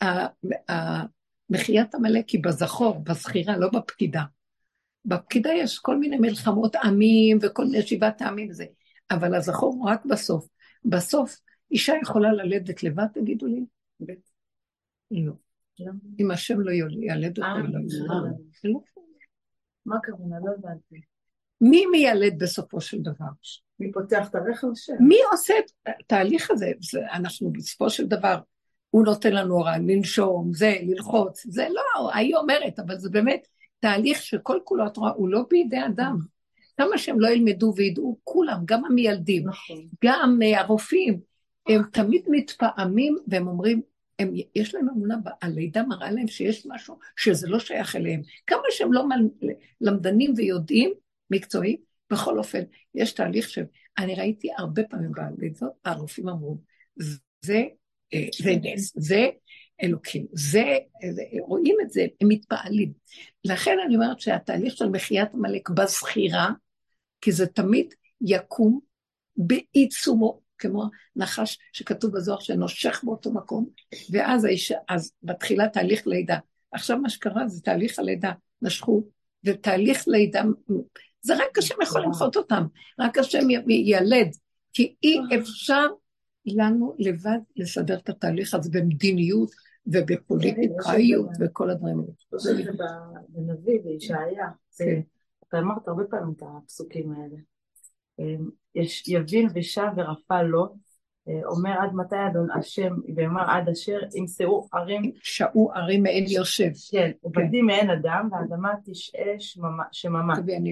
מחיית עמלק היא בזכור, בזכירה, לא בפקידה. בפקידה יש כל מיני מלחמות עמים וכל מיני שיבת העמים וזה, אבל הזכור הוא רק בסוף. בסוף אישה יכולה ללדת לבד, תגידו לי? לא. אם השם לא ילד אותו, לא. מה קרונה? לא הבנתי. מי מיילד בסופו של דבר? מי פותח את הרחם שם? מי עושה את התהליך הזה? אנחנו בסופו של דבר, הוא נותן לנו הוראה, לנשום, זה, ללחוץ, זה לא, היא אומרת, אבל זה באמת תהליך שכל כולו התורה, הוא לא בידי אדם. כמה שהם לא ילמדו וידעו, כולם, גם המילדים, גם הרופאים, הם תמיד מתפעמים, והם אומרים, הם, יש להם אמונה, הלידה מראה להם שיש משהו שזה לא שייך אליהם. כמה שהם לא למדנים ויודעים, מקצועיים, בכל אופן, יש תהליך שאני ראיתי הרבה פעמים בלידות, הרופאים אמרו, זה, זה נס, זה אלוקים, זה, זה, רואים את זה, הם מתפעלים. לכן אני אומרת שהתהליך של מחיית עמלק בזכירה, כי זה תמיד יקום בעיצומו, כמו נחש שכתוב בזוהר שנושך באותו מקום, ואז האישה, אז בתחילה תהליך לידה. עכשיו מה שקרה זה תהליך הלידה, נשכו, ותהליך לידה, זה רק השם יכול למחות אותם, רק השם ילד, כי אי אפשר לנו לבד לסדר את התהליך הזה במדיניות ובפוליטיקאיות וכל הדברים האלה. זה בנביא וישעיה, אתה אמרת הרבה פעמים את הפסוקים האלה. יש יבין ושב ורפא לו, אומר עד מתי אדון השם, ואמר עד אשר ימצאו ערים, שעו ערים מעין יושב. כן, ובדים מעין אדם, והאדמה תשעה שממה.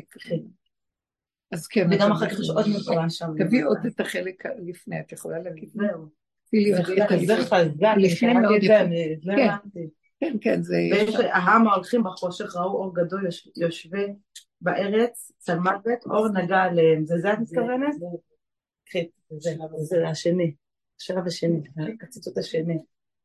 אז כן. וגם אחר כך יש עוד מקרה שם. תביא עוד את החלק לפני, את יכולה להגיד. זהו. זה חזק, לפני מאוד יפה. כן, כן, זה... ויש העם ההולכים בחושך, ראו אור גדול יושבי בארץ, צלמוות, אור נגע עליהם. זה זה את מתכוונת? זה השני, השלב השני, הציטוט השני.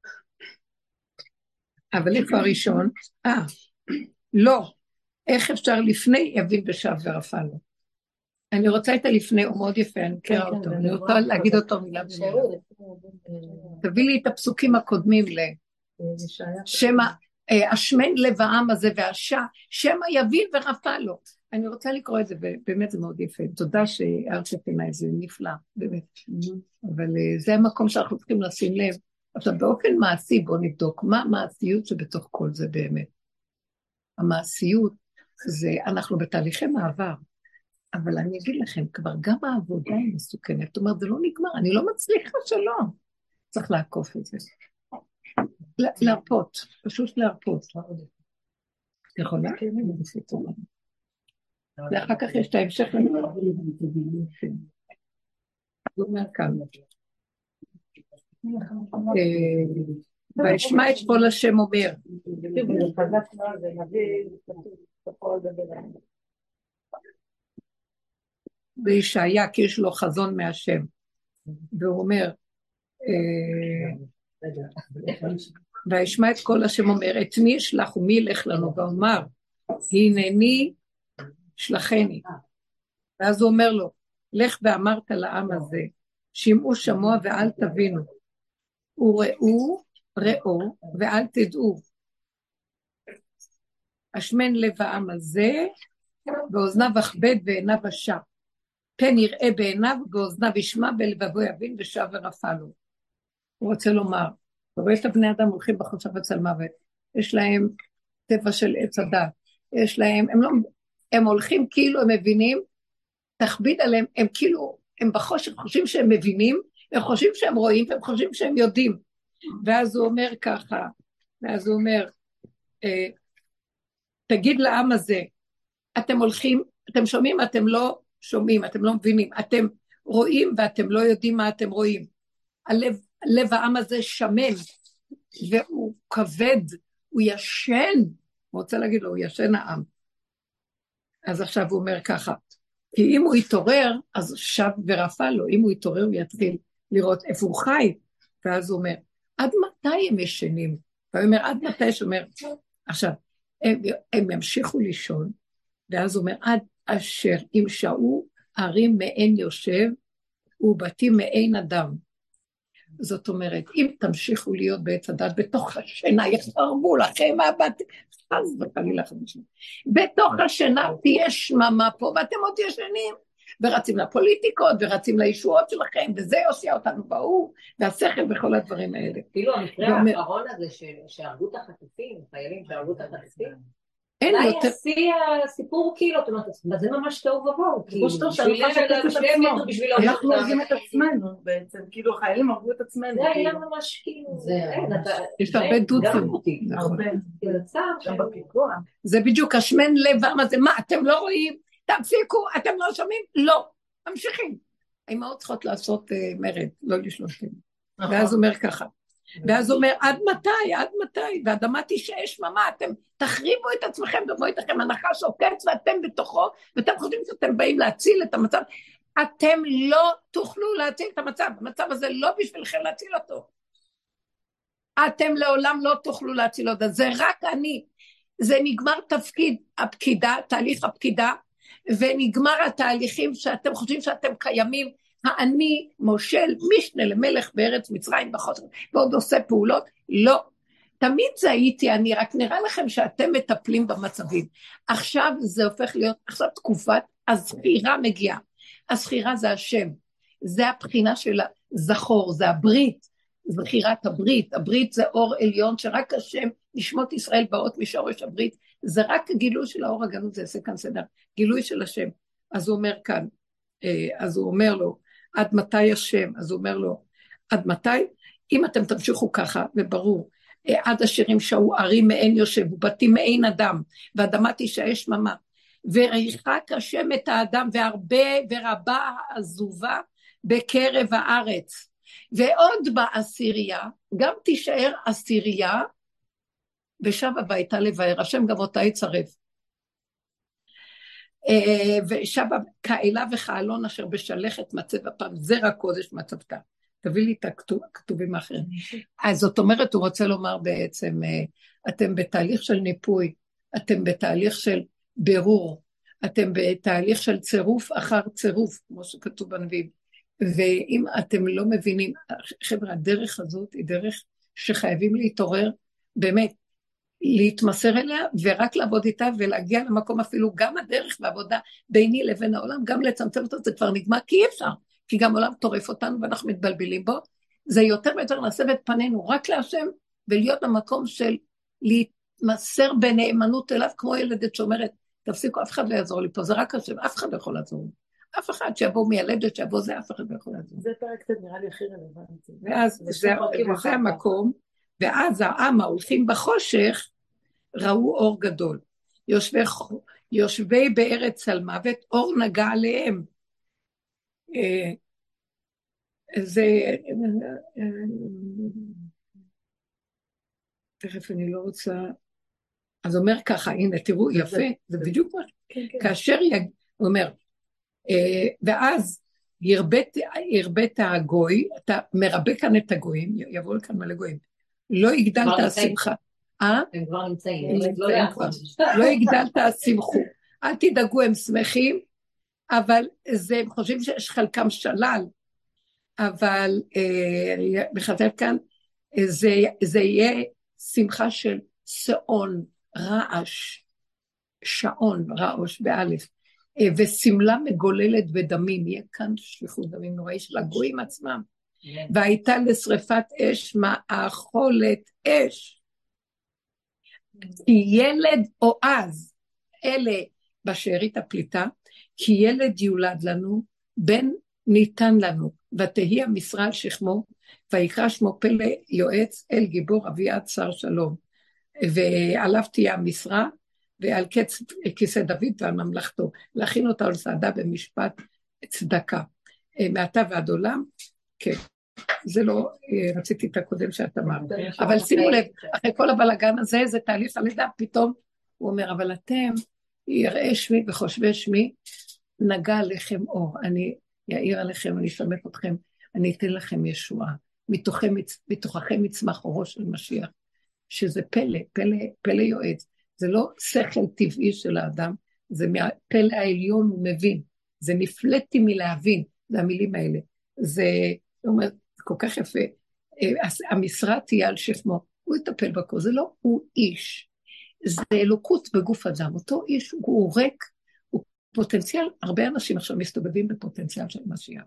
אבל איפה הראשון? אה, לא. איך אפשר לפני יבין ושב ורפא לו? אני רוצה את הלפני, הוא מאוד יפה, אני מכירה אותו, אני רוצה להגיד אותו מילה במילה. תביא לי את הפסוקים הקודמים ל... שמה, השמן לב העם הזה והשע, שמה יבין ורפא לו. אני רוצה לקרוא את זה, ובאמת זה מאוד יפה. תודה שהערת עיניי, זה נפלא, באמת. אבל זה המקום שאנחנו צריכים לשים לב. עכשיו, באופן מעשי, בואו נבדוק, מה המעשיות שבתוך כל זה באמת? המעשיות זה, אנחנו בתהליכי מעבר. אבל אני אגיד לכם, כבר גם העבודה היא מסוכנת. זאת אומרת, זה לא נגמר, אני לא מצליחה שלום. צריך לעקוף את זה. להרפות, פשוט להרפות. יכולה? כן, אני מפית אומר. ואחר כך יש את ההמשך. הוא אומר כאן. וישמע את כל השם אומר. וישעיה, כי יש לו חזון מהשם. והוא אומר, וישמע את כל השם אומר, את מי ישלח ומי ילך לנו? ואומר, הנני שלחני. ואז הוא אומר לו, לך ואמרת לעם הזה, שמעו שמוע ואל תבינו, וראו ראו ואל תדעו. השמן לב העם הזה, ואוזניו אכבד ועיניו אשע. פן יראה בעיניו ואוזניו ישמע בלבבו יבין ושב ורפא לו. הוא רוצה לומר, ורואה את הבני אדם הולכים בחושך וצלמוות, יש להם טבע של עץ הדת, יש להם, הם, לא, הם הולכים כאילו הם מבינים, תכביד עליהם, הם כאילו, הם בחושך חושבים שהם מבינים, הם חושבים שהם רואים, והם חושבים שהם יודעים. ואז הוא אומר ככה, ואז הוא אומר, אה, תגיד לעם הזה, אתם הולכים, אתם שומעים, אתם לא שומעים, אתם לא מבינים, אתם רואים ואתם לא יודעים מה אתם רואים. הלב, לב העם הזה שמן, והוא כבד, הוא ישן, הוא רוצה להגיד לו, הוא ישן העם. אז עכשיו הוא אומר ככה, כי אם הוא יתעורר, אז שב ורפא לו, אם הוא יתעורר, הוא יתחיל לראות איפה הוא חי, ואז הוא אומר, עד מתי הם ישנים? והוא אומר, עד מתי שאומר, עכשיו, הם, הם ימשיכו לישון, ואז הוא אומר, עד אשר ימשעו ערים מעין יושב, ובתים מעין אדם. זאת אומרת, אם תמשיכו להיות בעץ הדת, בתוך השינה, יחרבו לכם מהבתים, אז וחלילה חמישים. בתוך השינה תהיה שממה פה, ואתם עוד ישנים, ורצים לפוליטיקות, ורצים לישועות שלכם, וזה יושיע אותנו באור, והשכל וכל הדברים האלה. כאילו המקרה האחרון הזה, שהרגו את החטופים, חיילים שהרגו את החטופים, אין אולי יותר... עשי הסיפור כאילו, זאת אומרת, זה ממש טוב ובואו, כאילו, בשביל אנחנו הורגים את עצמנו בעצם, כאילו החיילים הרגו את עצמנו. זה היה ממש כאילו, יש הרבה דוצים. הרבה, גם בפיגוע. זה בדיוק השמן לב העם הזה, מה, אתם לא רואים? תפסיקו, אתם לא שומעים? לא, ממשיכים. האמהות צריכות לעשות מרד, לא לשלושים. ואז הוא אומר ככה, ואז הוא אומר, עד מתי, עד מתי, ואדמה תישאר שממה, אתם תחריבו את עצמכם ובואו איתכם, הנחש עוקץ ואתם בתוכו, ואתם חושבים שאתם באים להציל את המצב, אתם לא תוכלו להציל את המצב, המצב הזה לא בשבילכם להציל אותו. אתם לעולם לא תוכלו להציל אותו, זה רק אני, זה נגמר תפקיד הפקידה, תהליך הפקידה, ונגמר התהליכים שאתם חושבים שאתם קיימים, האני מושל משנה למלך בארץ מצרים בחוסר, ועוד עושה פעולות, לא. תמיד זה הייתי אני, רק נראה לכם שאתם מטפלים במצבים. עכשיו זה הופך להיות, עכשיו תקופת הזכירה מגיעה. הזכירה זה השם, זה הבחינה של הזכור, זה הברית, זכירת הברית, הברית זה אור עליון, שרק השם, נשמות ישראל באות משורש הברית, זה רק גילוי של האור הגנוז, זה עושה כאן סדר, גילוי של השם. אז הוא אומר כאן, אז הוא אומר לו, עד מתי השם? אז הוא אומר לו, עד מתי? אם אתם תמשיכו ככה, וברור, עד אשר ימשעו ערים מעין יושב, ובתים מעין אדם, ואדמה תישאר שממה, וריחק השם את האדם, והרבה ורבה עזובה בקרב הארץ, ועוד בעשירייה, גם תישאר עשירייה, ושב הביתה לבאר, השם גם אותה יצרף. ושב כאלה וכאלון אשר בשלכת מצב הפעם, זרע קודש מצבתה. תביא לי את הכתובים האחרים. אז זאת אומרת, הוא רוצה לומר בעצם, אתם בתהליך של ניפוי, אתם בתהליך של בירור, אתם בתהליך של צירוף אחר צירוף, כמו שכתוב בנביאים, ואם אתם לא מבינים, חבר'ה, הדרך הזאת היא דרך שחייבים להתעורר, באמת, להתמסר אליה, ורק לעבוד איתה, ולהגיע למקום אפילו, גם הדרך בעבודה ביני לבין העולם, גם לצמצם אותו, זה כבר נגמר, כי אי אפשר, כי גם העולם טורף אותנו, ואנחנו מתבלבלים בו, זה יותר ויותר נעשה את פנינו, רק להשם, ולהיות במקום של להתמסר בנאמנות אליו, כמו ילדת שאומרת, תפסיקו, אף אחד לא יעזור לי פה, זה רק השם, אף אחד לא יכול לעזור לי. אף אחד שיבוא מילדת, שיבוא זה, אף אחד לא יכול לעזור. זה פרק קצת נראה לי הכי רלוונטי. ואז זה, וזה המקום, ואז העם ההולכים בחושך, ראו אור גדול. יושבי, יושבי בארץ צלמוות, אור נגע עליהם. זה, תכף אני לא רוצה, אז אומר ככה, הנה תראו, יפה, זה בדיוק מה, כאשר הוא אומר, ואז הרבית הגוי, אתה מרבה כאן את הגויים, יבוא לכאן מלא גויים, לא הגדלת השמחה, הם כבר נמצאים, לא הגדלת השמחו, אל תדאגו, הם שמחים, אבל הם חושבים שיש חלקם שלל, אבל בחז"ל כאן, זה יהיה שמחה של שעון, רעש, שעון, רעש באלף, וסמלה מגוללת בדמים, יהיה כאן שפיכות דמים נוראי של הגויים עצמם, והייתה לשריפת אש מאכולת אש, כי ילד או אז, אלה בשארית הפליטה, כי ילד יולד לנו, בן ניתן לנו, ותהי המשרה על שכמו, ויקרא שמו פלא יועץ אל גיבור אביעד שר שלום, ועליו תהיה המשרה, ועל קץ כיסא דוד ועל ממלכתו, להכין אותה על סעדה במשפט צדקה. מעתה ועד עולם, כן, זה לא, רציתי את הקודם שאת אמרת, אבל שימו לב, אחרי כל הבלגן הזה, זה תהליך הלידה, פתאום הוא אומר, אבל אתם, יראה שמי וחושבי שמי, נגע עליכם אור, אני יאיר עליכם, אני אשמח אתכם, אני אתן לכם ישועה, מתוככם, מתוככם יצמח אורו של משיח, שזה פלא, פלא, פלא יועץ, זה לא שכל טבעי של האדם, זה מהפלא העליון הוא מבין, זה נפלטי מלהבין, זה המילים האלה, זה, זאת אומרת, זה כל כך יפה, המשרה תהיה על שכמו, הוא יטפל בכל, זה לא הוא איש, זה אלוקות בגוף אדם, אותו איש הוא ריק, הוא פוטנציאל, הרבה אנשים עכשיו מסתובבים בפוטנציאל של משיח,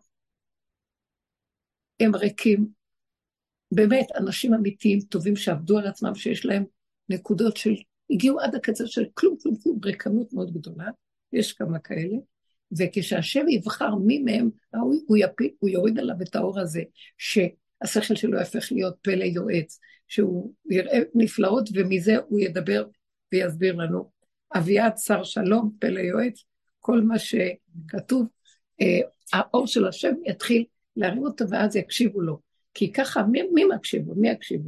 הם ריקים, באמת אנשים אמיתיים טובים שעבדו על עצמם, שיש להם נקודות של, הגיעו עד הקצה של כלום, כלום, כלום, ריקנות מאוד גדולה, יש כמה כאלה, וכשהשם יבחר מי מהם, הוא, הוא, יפיל, הוא יוריד עליו את האור הזה, שהשכל שלו יפך להיות פלא יועץ, שהוא יראה נפלאות, ומזה הוא ידבר ויסביר לנו. אביעד שר שלום, פלא יועץ, כל מה שכתוב, אה, האור של השם יתחיל להרים אותו, ואז יקשיבו לו. כי ככה, מי, מי מקשיבו? מי יקשיבו?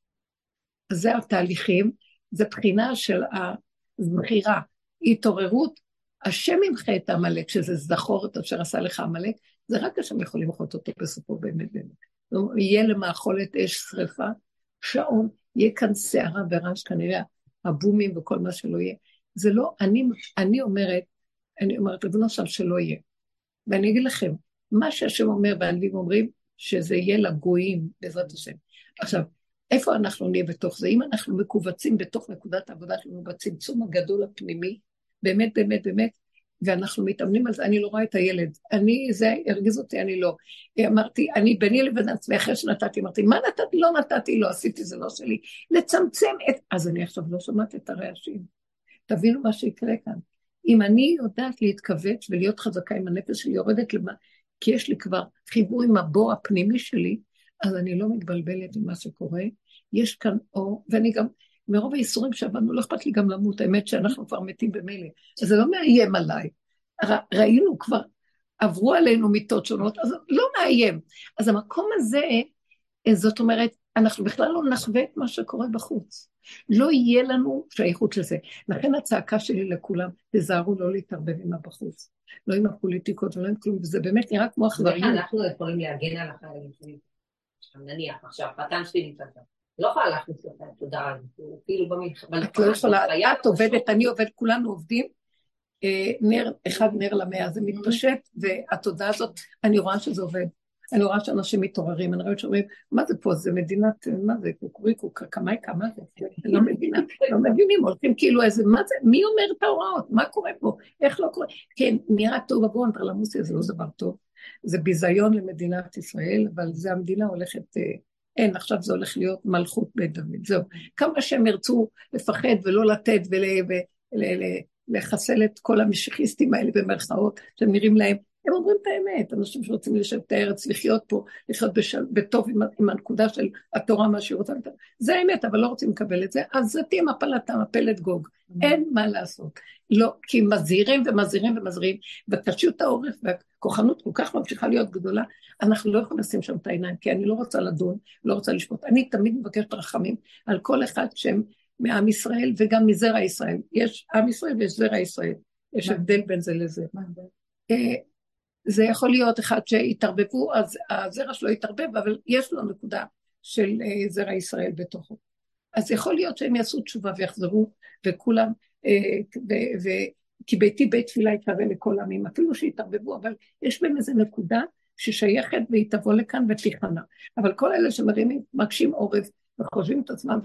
אז זה התהליכים, זה בחינה של הזכירה, התעוררות, השם ימחה את המלאק, שזה זכור את אשר עשה לך המלאק, זה רק השם יכול למחות אותו בסופו באמת באמת. יהיה למאכולת אש שריפה, שעון, יהיה כאן שערה ורעש, כנראה הבומים וכל מה שלא יהיה. זה לא, אני, אני אומרת, אני אומרת, לבנו שם שלא יהיה. ואני אגיד לכם, מה שהשם אומר והנביאים אומרים, שזה יהיה לגויים בעזרת השם. עכשיו, איפה אנחנו נהיה בתוך זה? אם אנחנו מקובצים בתוך נקודת העבודה שלנו, בצמצום הגדול הפנימי, באמת, באמת, באמת, ואנחנו מתאמנים על זה, אני לא רואה את הילד. אני, זה הרגיז אותי, אני לא. אמרתי, אני ביני לבין עצמי, אחרי שנתתי, אמרתי, מה נתתי? לא נתתי, לא עשיתי, זה לא שלי. לצמצם את... אז אני עכשיו לא שומעת את הרעשים. תבינו מה שיקרה כאן. אם אני יודעת להתכווץ ולהיות חזקה עם הנפש שלי, יורדת למה, כי יש לי כבר חיבור עם הבור הפנימי שלי, אז אני לא מתבלבלת עם מה שקורה. יש כאן אור, ואני גם, מרוב האיסורים שעבדנו, לא אכפת לי גם למות, האמת שאנחנו כבר מתים במילא. אז זה לא מאיים עליי. ר, ראינו כבר, עברו עלינו מיטות שונות, אז לא מאיים. אז המקום הזה, זאת אומרת, אנחנו בכלל לא נחווה את מה שקורה בחוץ. לא יהיה לנו שייכות לזה. לכן הצעקה שלי לכולם, תזהרו לא להתערבב עם הבחוץ. לא עם הפוליטיקות ולא עם כלום, וזה באמת נראה כמו אכזריות. איך אנחנו יכולים להגן על החיילים שלי? נניח עכשיו, חתן שלי נמצא שם. לא יכולה להכניס לך את תודעה, הוא כאילו במלחמה. את לא יכולה, את עובדת, אני עובד, כולנו עובדים, נר, אחד נר למאה, זה מתפשט, והתודעה הזאת, אני רואה שזה עובד. אני רואה שאנשים מתעוררים, אני רואה שאומרים, מה זה פה, זה מדינת, מה זה, קוקוריקו, קקמייקה, מה זה, לא מבינה, לא מבינים, הולכים כאילו איזה, מה זה, מי אומר את ההוראות, מה קורה פה, איך לא קורה, כן, נראה טוב עבור אנטרלמוסיה, זה לא דבר טוב, זה ביזיון למדינת ישראל, אבל זה המדינה הולכת, אין, עכשיו זה הולך להיות מלכות בית דוד, זהו, כמה שהם ירצו לפחד ולא לתת ולחסל את כל המשיחיסטים האלה במרכאות, שנראים להם, הם אומרים את האמת, אנשים שרוצים לשב את הארץ, לחיות פה, לחיות בשל, בטוב עם, עם הנקודה של התורה, מה שהיא רוצה, זה האמת, אבל לא רוצים לקבל את זה, אז זה תהיה מפלתה, מפלת גוג, אין מה לעשות, לא, כי מזהירים ומזהירים ומזהירים, וקשיות העורף והכוחנות כל כך ממשיכה להיות גדולה, אנחנו לא יכולים לשים שם את העיניים, כי אני לא רוצה לדון, לא רוצה לשפוט, אני תמיד מבקשת רחמים על כל אחד שהם מעם ישראל, וגם מזרע ישראל, יש עם ישראל ויש זרע ישראל, יש הבדל בין זה לזה. זה יכול להיות אחד שהתערבבו, אז הזרע שלו התערבב, אבל יש לו נקודה של זרע ישראל בתוכו. אז יכול להיות שהם יעשו תשובה ויחזרו, וכולם, כי ביתי בית תפילה יקרא לכל עמים, אפילו שהתערבבו, אבל יש בהם איזו נקודה ששייכת והיא תבוא לכאן ותיכנע. אבל כל אלה שמרימים, מקשים עורף, וחושבים את עצמם,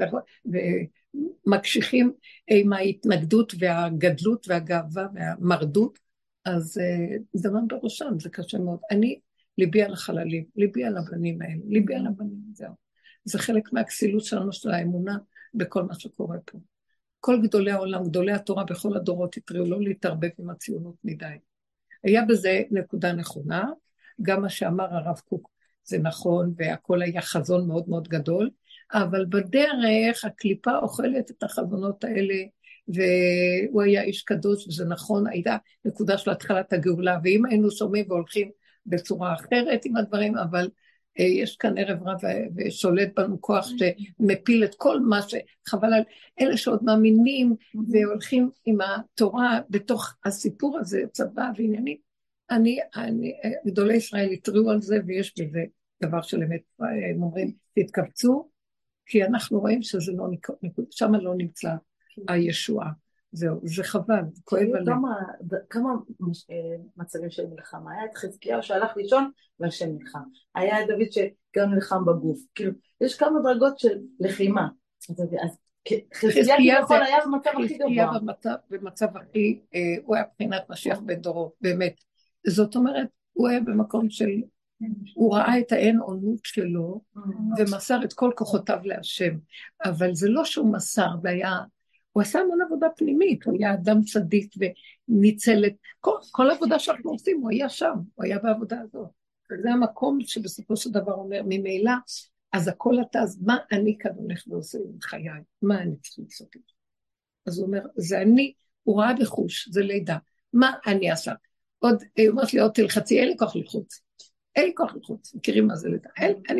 ומקשיחים עם ההתנגדות והגדלות והגאווה והמרדות, אז זה דבר בראשם, זה קשה מאוד. אני, ליבי על החללים, ליבי על הבנים האלה, ליבי על הבנים, זהו. זה חלק מהכסילות שלנו, של האמונה, בכל מה שקורה פה. כל גדולי העולם, גדולי התורה בכל הדורות, התריעו לא להתערבב עם הציונות מדי. היה בזה נקודה נכונה, גם מה שאמר הרב קוק, זה נכון, והכל היה חזון מאוד מאוד גדול, אבל בדרך הקליפה אוכלת את החזונות האלה, והוא היה איש קדוש, וזה נכון, הייתה נקודה של התחלת הגאולה, ואם היינו שומעים והולכים בצורה אחרת עם הדברים, אבל אה, יש כאן ערב רב ושולט בנו כוח שמפיל את כל מה שחבל על אלה שעוד מאמינים, והולכים עם התורה בתוך הסיפור הזה, צבא ועניינים. אני, אני, גדולי ישראל התריעו על זה, ויש בזה דבר של אמת, הם אומרים, תתקבצו, כי אנחנו רואים שזה לא נקודה, שם לא נמצא הישועה. זהו, זה חבל, כואב עליהם. כמה, כמה מצבים של מלחמה, היה את חזקיהו שהלך לישון והשם נלחם, היה את דוד שגם נלחם בגוף, כאילו, יש כמה דרגות של לחימה, אז חזקיהו יכול היה במצב הכי גבוה. חזקיהו במצב הכי, הוא היה בחינת משיח בן דורו, באמת. זאת אומרת, הוא היה במקום של, הוא ראה את האין עונות שלו, ומסר את כל כוחותיו להשם, אבל זה לא שהוא מסר, והיה, הוא עשה המון עבודה פנימית, הוא היה אדם צדיק וניצל את, כל, כל עבודה שאנחנו עושים, הוא היה שם, הוא היה בעבודה הזאת. זה המקום שבסופו של דבר אומר, ממילא, אז הכל אתה, אז מה אני כאן הולך ועושה עם חיי? מה אני צריך לעשות? אז הוא אומר, זה אני, הוא ראה בחוש, זה לידה, מה אני אעשה? עוד, הוא אומר לי, עוד תלחצי, אין לי כוח לחוץ, אין לי כוח לחוץ, מכירים מה זה לידה, אין, אני כבר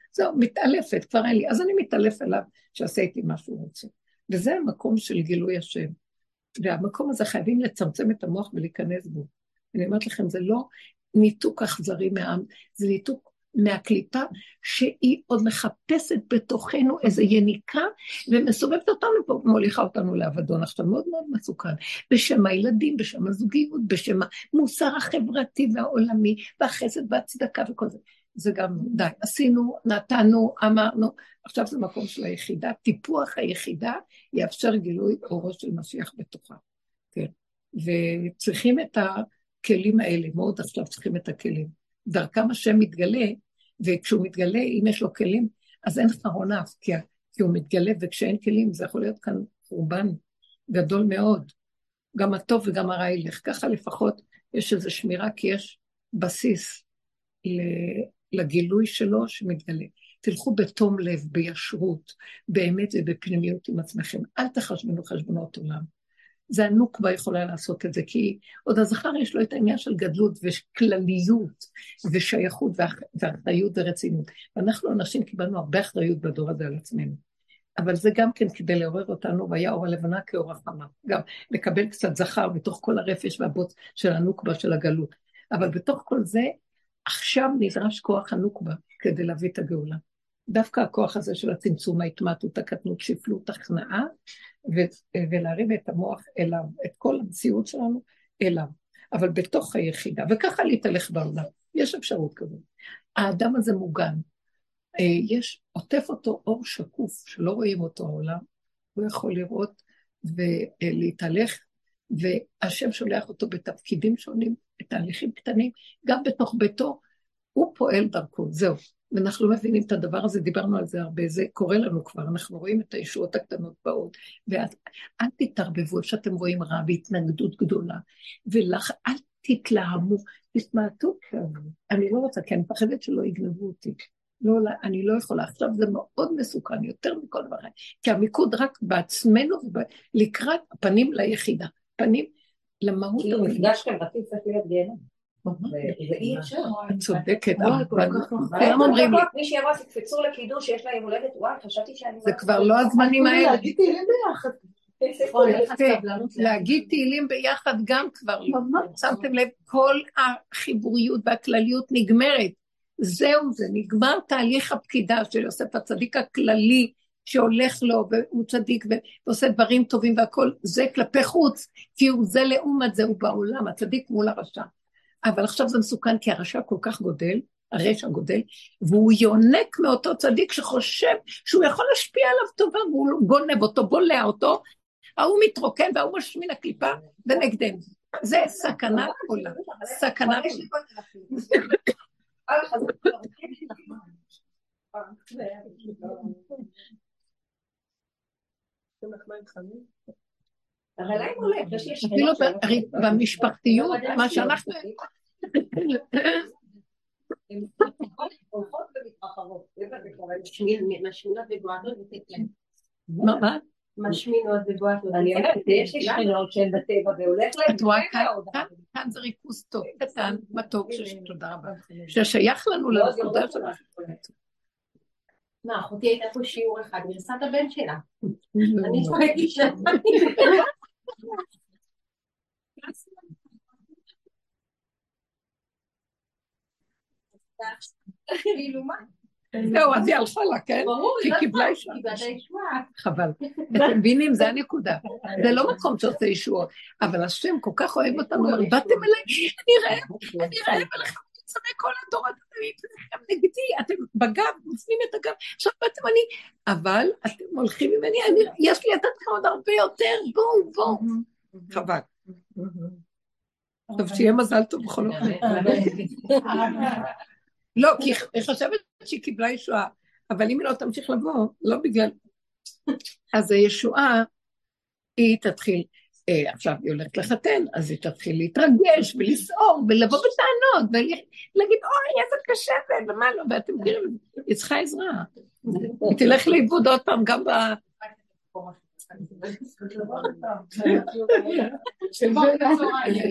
זהו, מתעלפת, כבר אין לי, אז אני מתעלף אליו שעשה איתי מה שהוא רוצה. וזה המקום של גילוי השם. והמקום הזה חייבים לצמצם את המוח ולהיכנס בו. אני אומרת לכם, זה לא ניתוק אכזרי מהעם, זה ניתוק מהקליפה שהיא עוד מחפשת בתוכנו איזו יניקה, ומסובבת אותנו פה, מוליכה אותנו לאבדון. עכשיו מאוד מאוד מסוכן, בשם הילדים, בשם הזוגיות, בשם המוסר החברתי והעולמי, והחסד והצדקה וכל זה. זה גם די, עשינו, נתנו, אמרנו, עכשיו זה מקום של היחידה, טיפוח היחידה יאפשר גילוי אורו של משיח בתוכה. כן, וצריכים את הכלים האלה, מאוד עכשיו צריכים את הכלים. דרכם השם מתגלה, וכשהוא מתגלה, אם יש לו כלים, אז אין חרון אף, כי, כי הוא מתגלה, וכשאין כלים, זה יכול להיות כאן חורבן גדול מאוד. גם הטוב וגם הרע ילך. ככה לפחות יש איזו שמירה, כי יש בסיס לגילוי שלו שמתגלה. תלכו בתום לב, בישרות, באמת ובפנימיות עם עצמכם. אל תחשבנו חשבונות עולם. זה הנוקבה יכולה לעשות את זה, כי עוד הזכר יש לו את העניין של גדלות וכלליות ושייכות ואחריות ורצינות. ואנחנו אנשים קיבלנו הרבה אחריות בדור הזה על עצמנו. אבל זה גם כן כדי לעורר אותנו, והיה אור הלבנה כאור החמה. גם לקבל קצת זכר בתוך כל הרפש והבוץ של הנוקבה של הגלות. אבל בתוך כל זה, עכשיו נדרש כוח הנוקבה כדי להביא את הגאולה. דווקא הכוח הזה של הצמצום, ההתמעטות, הקטנות, שפלות, הכנעה, ו- ולהרים את המוח אליו, את כל המציאות שלנו אליו, אבל בתוך היחידה, וככה להתהלך בעולם, יש אפשרות כזאת. האדם הזה מוגן, יש, עוטף אותו אור שקוף, שלא רואים אותו העולם, הוא יכול לראות ולהתהלך, והשם שולח אותו בתפקידים שונים, בתהליכים קטנים, גם בתוך ביתו, הוא פועל דרכו, זהו. ואנחנו לא מבינים את הדבר הזה, דיברנו על זה הרבה, זה קורה לנו כבר, אנחנו רואים את הישועות הקטנות באות, ואל תתערבבו, שאתם רואים רע והתנגדות גדולה, ולך אל תתלהמו, תתמעטו כאלה, אני לא רוצה, כי אני מפחדת שלא יגנבו אותי, לא, אני לא יכולה, עכשיו זה מאוד מסוכן, יותר מכל דבר, כי המיקוד רק בעצמנו, לקראת הפנים ליחידה, פנים למהות. כאילו מפגש חברתי צריך להיות גיהנום. זה אי אפשר. את צודקת, כולם אומרים לי. מי שיבוא תקפצו לקידוש שיש לה יום הולדת, וואי, חשבתי שאני... זה כבר לא הזמנים האלה. להגיד תהילים ביחד. להגיד תהילים ביחד גם כבר לא. שמתם לב, כל החיבוריות והכלליות נגמרת. זהו זה, נגמר תהליך הפקידה של יוסף הצדיק הכללי, שהולך לו והוא צדיק ועושה דברים טובים והכל, זה כלפי חוץ, כי הוא זה לעומת זה, הוא בעולם, הצדיק מול הרשע. אבל עכשיו זה מסוכן, כי הרשע כל כך גודל, הרשע גודל, והוא יונק מאותו צדיק שחושב שהוא יכול להשפיע עליו טובה, והוא גונב אותו, בולע אותו, ההוא מתרוקן וההוא משמין הקליפה ונגדנו. זה סכנה עולה, סכנה עולה. אפילו במשפחתיות, מה שאנחנו... הולכות ומתרחבות. משמינות ובועטות ותקלן. מה? משמינות ובועטות. אני אומרת, יש לי שכנות שהן בטבע והולך להם. את רואה כאן זה ריכוז טוב, קטן, מתוק, תודה רבה. ששייך לנו לנקודה שלנו. מה, אחותי הייתה פה שיעור אחד, גרסת הבן שלה. אני צוחקת שלה. כאילו מה? זהו, אז היא הלכה לה, כן? כי קיבלה ישועה. חבל. אתם מבינים, זה הנקודה. זה לא מקום שעושה ישועות, אבל השם כל כך אוהב אותנו, באתם אליי, אני רעב, אני רעב עליכם, אני צמא כל הדור, אתם נגדי, אתם בגב, מופנים את הגב, עכשיו באתם אני, אבל אתם הולכים ממני, יש לי לתת לכם עוד הרבה יותר, בואו, בואו. חבל. טוב, שיהיה מזל טוב בכל אופן. לא, כי היא חושבת שהיא קיבלה ישועה, אבל אם היא לא תמשיך לבוא, לא בגלל... אז הישועה, היא תתחיל, אה, עכשיו היא הולכת לחתן, אז היא תתחיל להתרגש ולסעור, ולבוא בטענות, ולהגיד, אוי, איזה קשה זה, ומה לא, ואתם מכירים, היא צריכה עזרה. היא תלך לאיבוד עוד פעם, גם ב...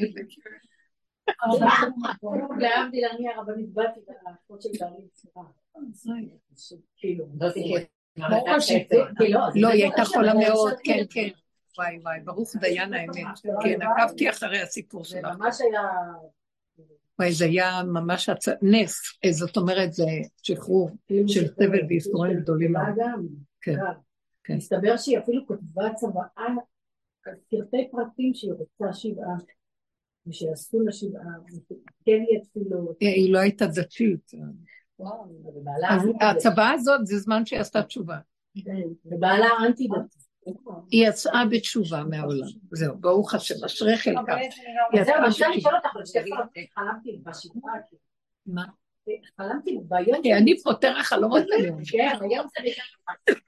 להבדיל, אני הרבנית באתי לאחות של דרין, סליחה. כאילו, לא, היא הייתה חולה מאוד, כן, כן. וואי וואי, ברוך דיין האמת. כן, עקבתי אחרי הסיפור שלך. זה ממש היה... וואי, זה היה ממש נס, זאת אומרת, זה שחרור של סבל ויסורים גדולים מאוד. כן, כן. מסתבר שהיא אפילו כתבה צוואה, פרטי פרטים שהיא רוצה שבעה, ושיעשו לה שבעה, כן יהיה תפילות. היא לא הייתה דתית. הצוואה הזאת זה זמן שהיא עשתה תשובה. ובעלה אנטי דתי. היא יצאה בתשובה מהעולם. זהו, ברוך השם, אשרי חלקה. זהו, אני רוצה לשאול אותך, חלמתי בשבעה. מה? חלמתי ביום... אני פותר החלומות היום. כן, היום זה נקרא.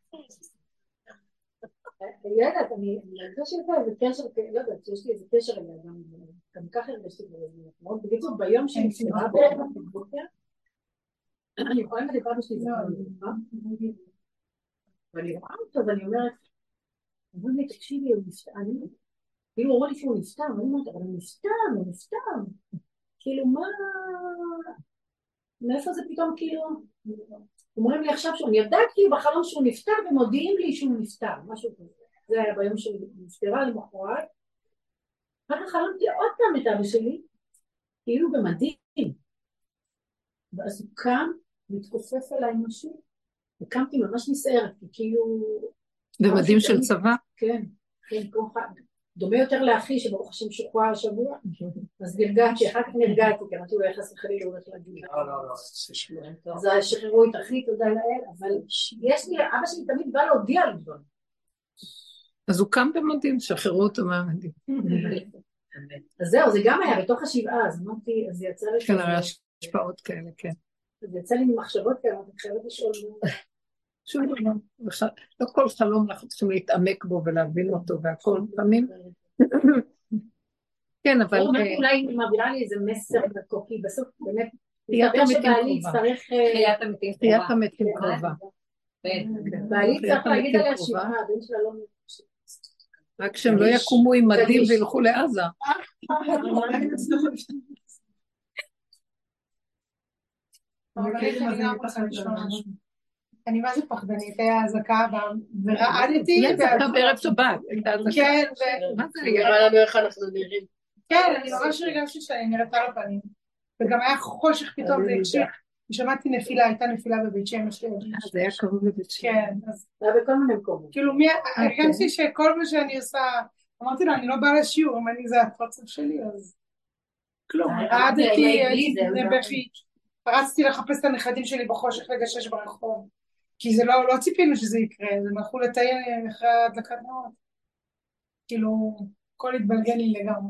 ילד, אני חושבת שיש לי איזה קשר, לא יודעת, שיש לי איזה קשר אליה, גם ככה הרגשתי מאוד. בקיצור, ביום שהיא נפטרה בערב בבוקר, אני יכולה לדבר בשביל זה, ואני רואה אותו ואני אומרת, אומרים לי, תקשיבי, הוא נפטר, אני, כאילו אומרים לי שהוא נפטר, ואני אומרת, אבל הוא נפטר, הוא נפטר, כאילו מה, מאיפה זה פתאום כאילו, אומרים לי עכשיו שהוא, אני יודעת כאילו בחלום שהוא נפטר, ומודיעים לי שהוא נפטר, משהו כזה, זה היה ביום שהוא נפטרה למחרת, אחר כך חלמתי עוד פעם את אבא שלי, כאילו במדים, ואז הוא קם, מתכופף אליי משהו, וקמתי ממש נסערת, כי כאילו... במדים של צבא? כן, כן, דומה יותר לאחי שברוך השם שוחרר השבוע, אז נרגעתי, אחר כך נרגעתי, כי אמרתי הוא יחס לחליל, הוא הולך להגיד. לא, לא, לא. אז שחררו את אחי, תודה לאל, אבל יש לי, אבא שלי תמיד בא להודיע לי דבר. אז הוא קם במדים, שחררו אותו מהמדים. אז זהו, זה גם היה בתוך השבעה, אז אמרתי, אז זה יצא לי... כן, הרי השפעות כאלה, כן. זה יצא לי ממחשבות כאלה, אני חייבת לשאול. שוב, לא כל חלום אנחנו צריכים להתעמק בו ולהבין אותו והכל פעמים. כן, אבל... אולי היא מעבירה לי איזה מסר בקוקי, בסוף באמת, מסתבר שבעלי יצטרך... חיית המתים קרובה. חיית המתים קרובה. בעלי צריך להגיד עליה שבעה, הבן שלה לא... רק שהם לא יקומו עם מדים וילכו לעזה. אני מה זה פחדנית, היה הזקה ורעדתי. היא הזקה בערב שבת. כן, מה זה? נראה לנו איך אנחנו נראים. כן, אני ממש הרגשתי שאני נראית על הפנים. וגם היה חושך פתאום, זה הקשיח. שמעתי נפילה, הייתה נפילה בבית שמש. זה היה קרוב לבית שמש. כן. זה היה בכל מיני מקומות. כאילו, הרגשתי שכל מה שאני עושה, אמרתי לה, אני לא באה לשיעור, אם אני זה הפרצוף שלי, אז... כלום, רעדתי, הייתי נבכי. רצתי לחפש את הנכדים שלי בחושך לגשש ברחוב. כי זה לא, לא ציפינו שזה יקרה, זה הלכו לטייל אחרי הדלקת נאות. כאילו, הכל התבלגן לי לגמרי.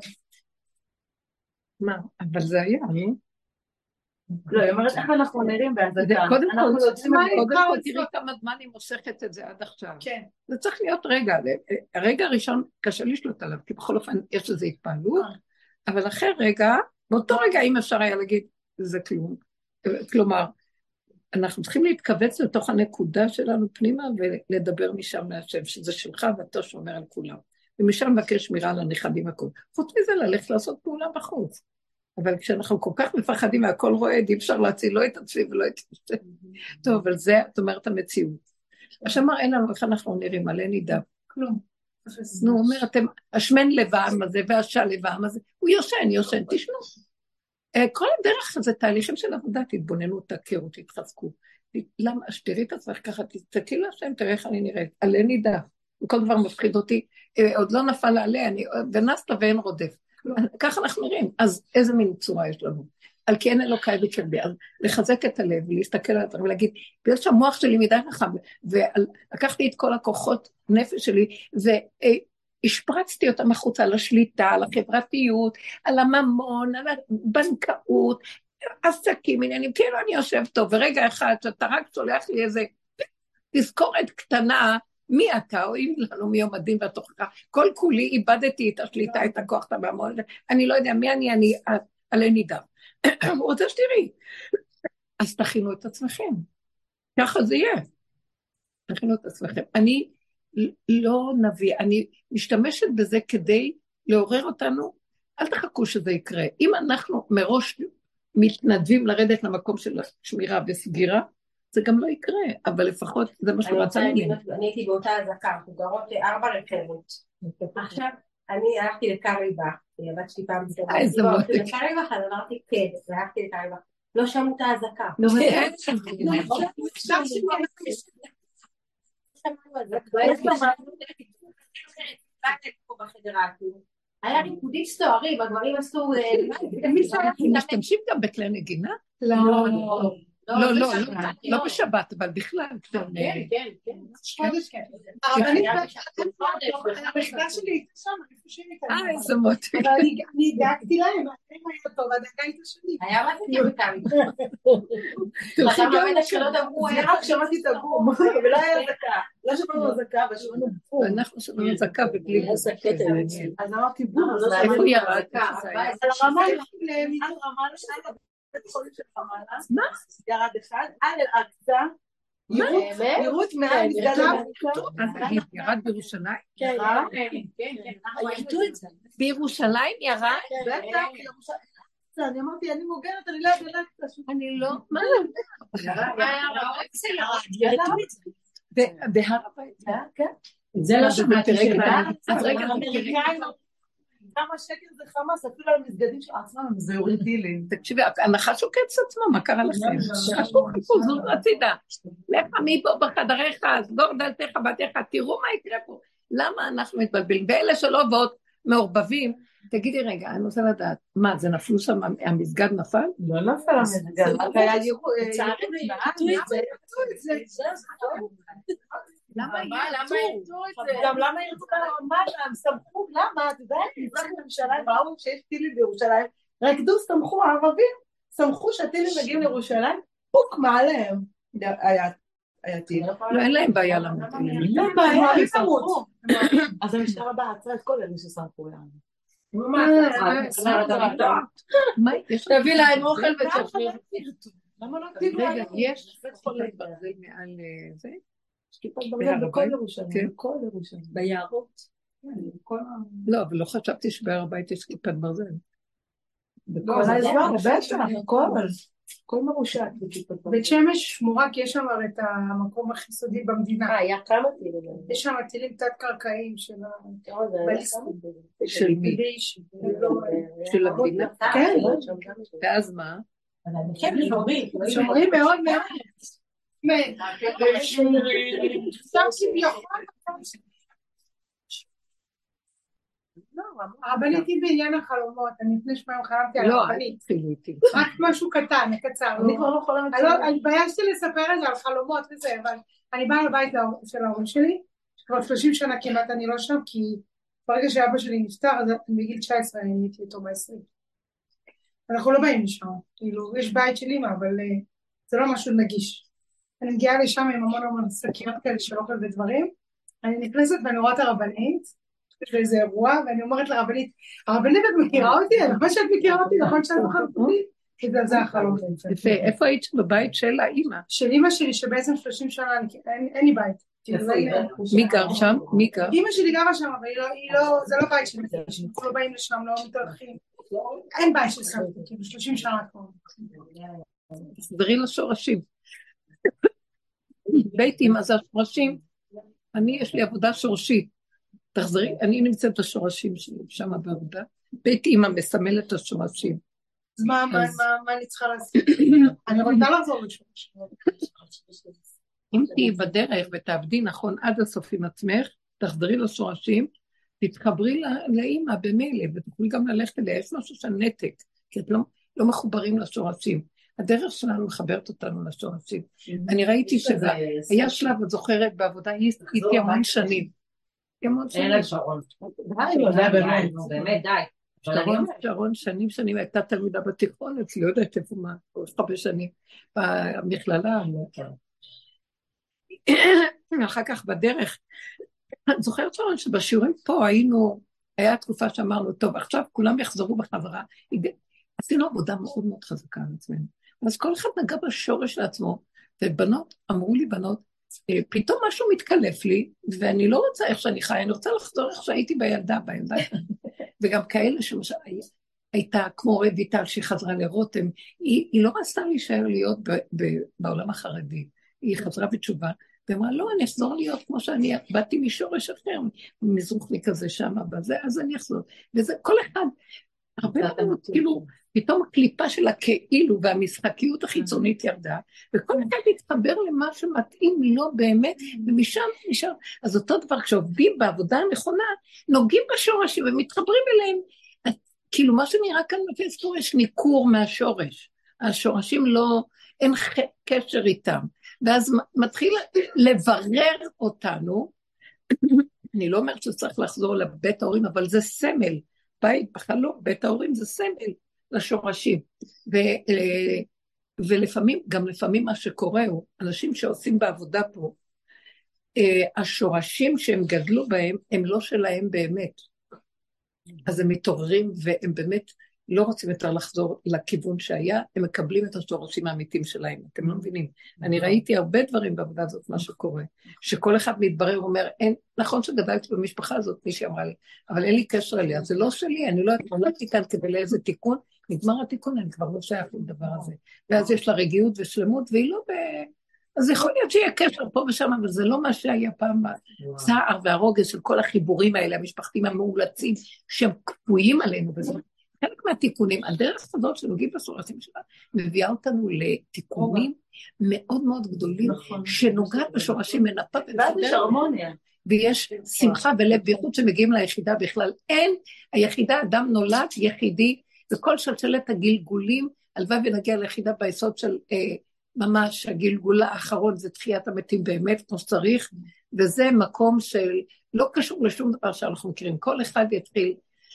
מה? אבל זה היה, אני? לא, היא אומרת איך אנחנו נראים בהזקה. קודם כל, תראי כמה זמן היא מושכת את זה עד עכשיו. כן. זה צריך להיות רגע, הרגע הראשון קשה לשלוט עליו, כי בכל אופן יש איזו התפעלות, אבל אחרי רגע, באותו רגע אם אפשר היה להגיד, זה כלום. כלומר, אנחנו צריכים להתכווץ לתוך הנקודה שלנו פנימה ולדבר משם מהשם, שזה שלך ואתה שומר על כולם. ומשם מבקש שמירה על הנכדים הכל. חוץ מזה ללכת לעשות פעולה בחוץ. אבל כשאנחנו כל כך מפחדים מהכל רועד, אי אפשר להציל לא את עצמי ולא את עצמי. טוב, אבל זה, את אומרת, המציאות. עכשיו אמר, אין לנו איך אנחנו נראים, עלי נידע. כלום. נו, הוא אומר, אתם, השמן לב העם הזה והשל לב העם הזה, הוא יושן, יושן, תשמעו. כל הדרך הזה, תהליכים של עבודה, תתבוננו, תכירו, תתחזקו. למה, שתראי את עצמך ככה, תסתכלי להשם, תראה איך אני נראית, עלי נידע. כל דבר מפחיד אותי, עוד לא נפל עלי, אני ונסת ואין רודף. ככה אנחנו נראים, אז איזה מין צורה יש לנו? על כי אין אלוקאי בקרבי, אז לחזק את הלב, ולהסתכל על הדברים, ולהגיד, בגלל שהמוח שלי מדי רחב, ולקחתי את כל הכוחות נפש שלי, והשפרצתי אותם החוצה על השליטה, על החברתיות, על הממון, על הבנקאות, עסקים, עניינים, כאילו אני יושב טוב, ורגע אחד שאתה רק שולח לי איזה תזכורת קטנה, מי אתה, או אם לנו מיום הדין והתוכחה, כל כולי איבדתי את השליטה, את הכוח, את הממון, אני לא יודע מי אני, אני עלי נידע. הוא רוצה שתראי. אז תכינו את עצמכם. ככה זה יהיה. תכינו את עצמכם. אני לא נביא, אני משתמשת בזה כדי לעורר אותנו, אל תחכו שזה יקרה. אם אנחנו מראש מתנדבים לרדת למקום של שמירה וסגירה, זה גם לא יקרה, אבל לפחות זה מה שרצה לי. אני הייתי באותה הזקה, אנחנו גרות ארבע רכבות. עכשיו, אני הלכתי לקריבה, הבת שלי פעם בסדר. איזה מותק. לקריבה, אז אמרתי כן, והלכתי לקריבה. לא שמעו את ההזקה. לא כן. היה ריקודים סוערים, הגברים עשו... משתמשים גם בכלי נגינה? לא. לא, לא, לא בשבת, אבל בכלל. כן, כן, כן. חודש כן. הרבנית המחקר שלי הייתה שם, אני חושבת איתה. אה, איזה מותק. אבל אני דאגתי להם, הם היו טוב, הדאגה הייתה שלי. היה מה זה טוב איתם. אתה מאמנת שלא דברו, אני רק שמעתי את הבום, ולא היה זקה. לא שמענו זקה, אבל שמענו בום. ואנחנו שמענו זקה ובלי בום. אז אמרתי בום, אז איפה היא ירד? על הרמה מה? ירד אחד, על אל-אקצה, ירות מעל מסגד אז ירד בירושלים? כן, בירושלים ירד? אני אמרתי, אני מוגנת, אני לא יודעת אל-אקצה. אני לא, מה? בהר הבית. כן. זה לא שמעתי רגע. אז רגע, כמה שקל זה חמאס, אפילו על המסגדים של עצמם, זה יוריד טילים. תקשיבי, הנחש עוקץ עצמו, מה קרה לכם? חשבו חיפו, זו הצידה. לך מי פה בחדריך, סגור דלתך, בתיך, תראו מה יקרה פה. למה אנחנו מתבלבלים? ואלה שלא באות מעורבבים, תגידי רגע, אני רוצה לדעת, מה, זה נפלו שם, המסגד נפל? לא נפל המסגד, רק היה יראו את זה. למה ירצו את זה? גם למה ירצו מה הם סמכו, למה? אתה יודע, נצטרך בירושלים, ראו שיש טילים בירושלים, רקדו, סמכו, הערבים, סמכו שהטילים מגיעים לירושלים, פוק מעליהם. היה טיל. לא, אין להם בעיה למות. אין בעיה, הם סמכו. אז המשטרה באה, עצרה את כל אלה שסמכו לנו. תביא להם אוכל וצפיר. למה לא תביא להם? רגע, יש חולי ברזל מעל זה? כיפת ברזל בכל ירושלים, בכל ירושלים. ביערות. לא, אבל לא חשבתי שבהר הבית יש כיפת ברזל. בכל האזור, בטח, הכל. הכל מרושת בכיפת ברזל. בית שמש שמורה, כי יש שם את המקום הכי סודי במדינה. היה כמה טילים. יש שם טילים תת-קרקעיים של של מי? של המדינה? כן. ואז מה? כן, שומרים. שומרים מאוד מאוד. הרבנית היא בעניין החלומות, אני לפני שבועיים חלמתי על הרבנית, רק משהו קטן, קצר, אני כבר לא יכולה אני התביישתי לספר את זה על חלומות וזה, אבל אני באה לבית של ההורים שלי, כבר שלושים שנה כמעט אני לא שם, כי ברגע שאבא שלי נפטר, אז בגיל תשע עשרה אני הייתי איתו בעשרים, אנחנו לא באים לשם, כאילו יש בית של אמא, אבל זה לא משהו נגיש. אני מגיעה לשם עם המון המון סכיות כאלה של אוכל ודברים, אני נכנסת ואני רואה את הרבנית, יש לי איזה אירוע, ואני אומרת לרבנית, הרבנית את מכירה אותי? נכון שאת מכירה אותי, נכון שאת מכירה אותי? כי זה החלום. יפה, איפה היית בבית של האמא? של אמא שלי, שבעצם שלושים שנה, אין לי בית. מי גר שם? מי גר? אמא שלי גרה שם, אבל זה לא בית שלי, אנחנו לא באים לשם, לא מתארחים. אין בית של סבתא, כאילו שלושים שנה כבר. תחזרי לשורשים. בית אמא זה השורשים, אני יש לי עבודה שורשית, תחזרי, אני נמצאת בשורשים שלי שם בעבודה, בית אמא מסמל את השורשים. אז מה אני צריכה לעשות? אני רוצה לחזור לשורשים. אם תהיי בדרך ותעבדי נכון עד הסוף עם עצמך, תחזרי לשורשים, תתחברי לאמא במילא, ותוכלי גם ללכת אליה, יש משהו של נתק, כי את לא מחוברים לשורשים. הדרך שלנו מחברת אותנו לשורשים. אני ראיתי שזה היה שלב, את זוכרת, בעבודה איתי המון שנים. המון שנים. אין לשרון. די, באמת, באמת, די. שרון שנים שנים, הייתה תלמידה בתיכון, את לא יודעת איפה מה, הרבה שנים, במכללה. אחר כך בדרך. את זוכרת שרון שבשיעורים פה היינו, היה תקופה שאמרנו, טוב, עכשיו כולם יחזרו בחזרה. עשינו עבודה מאוד מאוד חזקה על עצמנו. אז כל אחד נגע בשורש לעצמו, ובנות, אמרו לי בנות, פתאום משהו מתקלף לי, ואני לא רוצה איך שאני חיה, אני רוצה לחזור איך שהייתי בילדה, בילדה. וגם כאלה שמשל, הייתה כמו רויטל שחזרה לרותם, היא, היא לא רצתה להישאר להיות ב, ב, בעולם החרדי, היא חזרה בתשובה, ואמרה, לא, אני אחזור להיות כמו שאני, באתי משורש אחר, מזרוחני כזה שם, בזה, אז אני אחזור. וזה כל אחד, הרבה מאוד, כאילו, פתאום הקליפה של הכאילו והמשחקיות החיצונית ירדה, וכל אחד התחבר למה שמתאים לו באמת, ומשם נשאר. אז אותו דבר, כשעובדים בעבודה הנכונה, נוגעים בשורשים ומתחברים אליהם. כאילו, מה שנראה כאן בפייסבוק, יש ניכור מהשורש. השורשים לא, אין קשר איתם. ואז מתחיל לברר אותנו, אני לא אומרת שצריך לחזור לבית ההורים, אבל זה סמל, בית בחלום, בית ההורים זה סמל לשורשים, ו, ולפעמים, גם לפעמים מה שקורה הוא, אנשים שעושים בעבודה פה, השורשים שהם גדלו בהם, הם לא שלהם באמת, אז הם מתעוררים והם באמת לא רוצים יותר לחזור לכיוון שהיה, הם מקבלים את השורשים האמיתיים שלהם, אתם לא מבינים. אני ראיתי הרבה דברים בעבודה הזאת, מה שקורה, שכל אחד מתברר ואומר, אין, נכון שגדלתי במשפחה הזאת, מי שאמרה לי, אבל אין לי קשר אליה, זה לא שלי, אני לא נולדתי כאן כדי לאיזה תיקון, נגמר התיקון, אני כבר לא שייך לדבר הזה. ואז יש לה רגיעות ושלמות, והיא לא ב... אז יכול להיות שיהיה קשר פה ושם, אבל זה לא מה שהיה פעם צער והרוגז של כל החיבורים האלה, המשפחתים המאולצים, שהם קפואים עלינו, וזה חלק מהתיקונים, הדרך הזאת שנוגעים בשורשים שלה, מביאה אותנו לתיקונים מאוד מאוד גדולים, שנוגעת בשורשים מנפה ומסודרת, ויש שמחה ולב בייחוד שמגיעים ליחידה בכלל. אין, היחידה אדם נולד יחידי, וכל שלשלת הגלגולים, הלוואי ונגיע ליחידה ביסוד של אה, ממש הגלגול האחרון, זה תחיית המתים באמת כמו שצריך, וזה מקום של לא קשור לשום דבר שאנחנו מכירים, כל אחד יתחיל,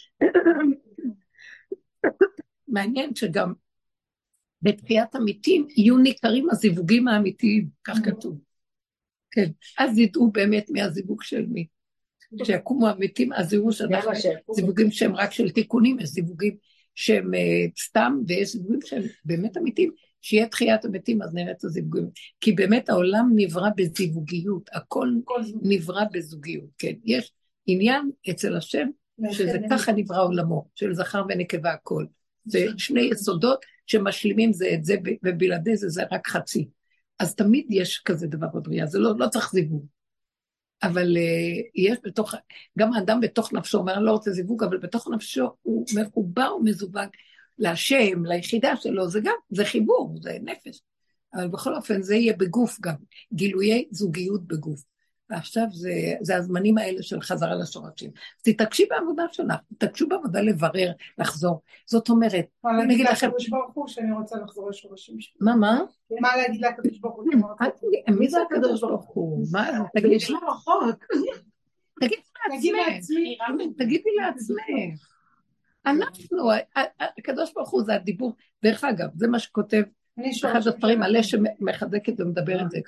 מעניין שגם בתחיית המתים יהיו ניכרים הזיווגים האמיתיים, כך כתוב. כן, אז ידעו באמת מי הזיווג של מי. כשיקומו המתים, אז יראו שאנחנו זיווגים שהם רק של תיקונים, יש זיווגים שהם סתם, ויש זיווגים שהם באמת אמיתיים, שיהיה תחיית המתים, אז נראה את הזיווגים. כי באמת העולם נברא בזיווגיות, הכל נברא בזוגיות, כן. יש עניין אצל השם, שזה ככה נברא עולמו, של זכר ונקבה הכל. זה שני יסודות שמשלימים זה את זה, ובלעדי זה זה רק חצי. אז תמיד יש כזה דבר בבריאה, זה לא, לא צריך זיווג. אבל uh, יש בתוך, גם האדם בתוך נפשו, אומר, אני לא רוצה זיווג, אבל בתוך נפשו הוא מחובר ומזווג להשם, ליחידה שלו, זה גם, זה חיבור, זה נפש. אבל בכל אופן זה יהיה בגוף גם, גילויי זוגיות בגוף. ועכשיו זה, זה הזמנים האלה של חזרה לשורשים. אז תתעקשי בעבודה שלך, תתעקשו בעבודה לברר, לחזור. זאת אומרת, מה להגיד לקדוש ברוך הוא שאני רוצה לחזור לשורשים שלי? מה, מה? מה להגיד לקדוש ברוך הוא? מי זה הקדוש ברוך הוא? מה? תגידי יש לה רחוק. תגידי לעצמך. תגידי לעצמך. אנחנו, הקדוש ברוך הוא זה הדיבור. דרך אגב, זה מה שכותב אחד הספרים, מלא שמחזקת ומדבר את זה.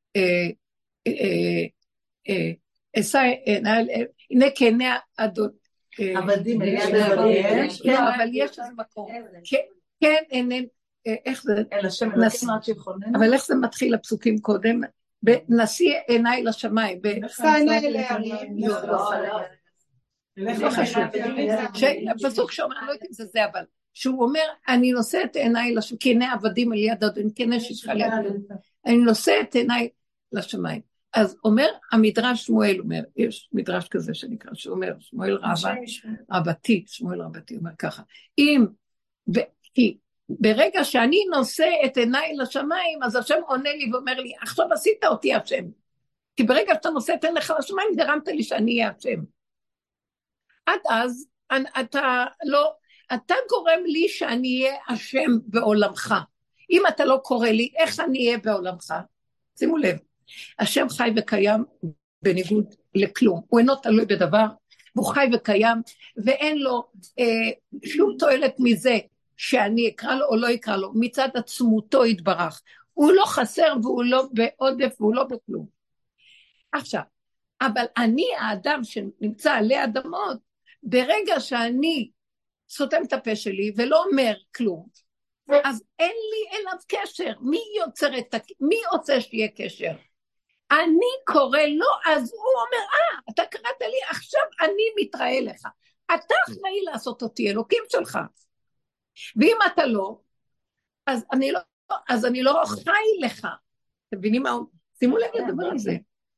אסא, הנה כעיני אדון. עבדים, אבל יש איזה מקום. כן, איך זה? אבל איך זה מתחיל הפסוקים קודם? נשיא עיניי לשמיים. נשא עיניי להרים. לא חשוב. פסוק שאומר, אני לא יודעת אם זה זה, אבל שהוא אומר, אני נושא את עיניי לשמיים, כעיני עבדים על יד אדון, כעיני שפחה ליד אדון. אני נושא את עיניי לשמיים. אז אומר המדרש שמואל, אומר, יש מדרש כזה שנקרא, שאומר, שמואל רבה, רבתי, שמואל רבתי אומר ככה, אם, כי ברגע שאני נושא את עיניי לשמיים, אז השם עונה לי ואומר לי, עכשיו עשית אותי השם, כי ברגע שאתה נושא את עיניך לשמיים, גרמת לי שאני אהיה השם. עד אז, אתה לא, אתה גורם לי שאני אהיה השם בעולמך. אם אתה לא קורא לי, איך אני אהיה בעולמך? שימו לב. השם חי וקיים בניגוד לכלום, הוא אינו תלוי בדבר, והוא חי וקיים, ואין לו אה, שום תועלת מזה שאני אקרא לו או לא אקרא לו, מצד עצמותו יתברך, הוא לא חסר והוא לא בעודף והוא לא בכלום. עכשיו, אבל אני האדם שנמצא עלי אדמות, ברגע שאני סותם את הפה שלי ולא אומר כלום, אז אין לי אליו קשר, מי יוצר את, מי רוצה שיהיה קשר? אני קורא לו, אז הוא אומר, אה, אתה קראת לי, עכשיו אני מתראה לך. אתה אחראי לעשות אותי, אלוקים שלך. ואם אתה לא, אז אני לא, אז אני לא חי לך. אתם מבינים מה? שימו לב לדבר הזה.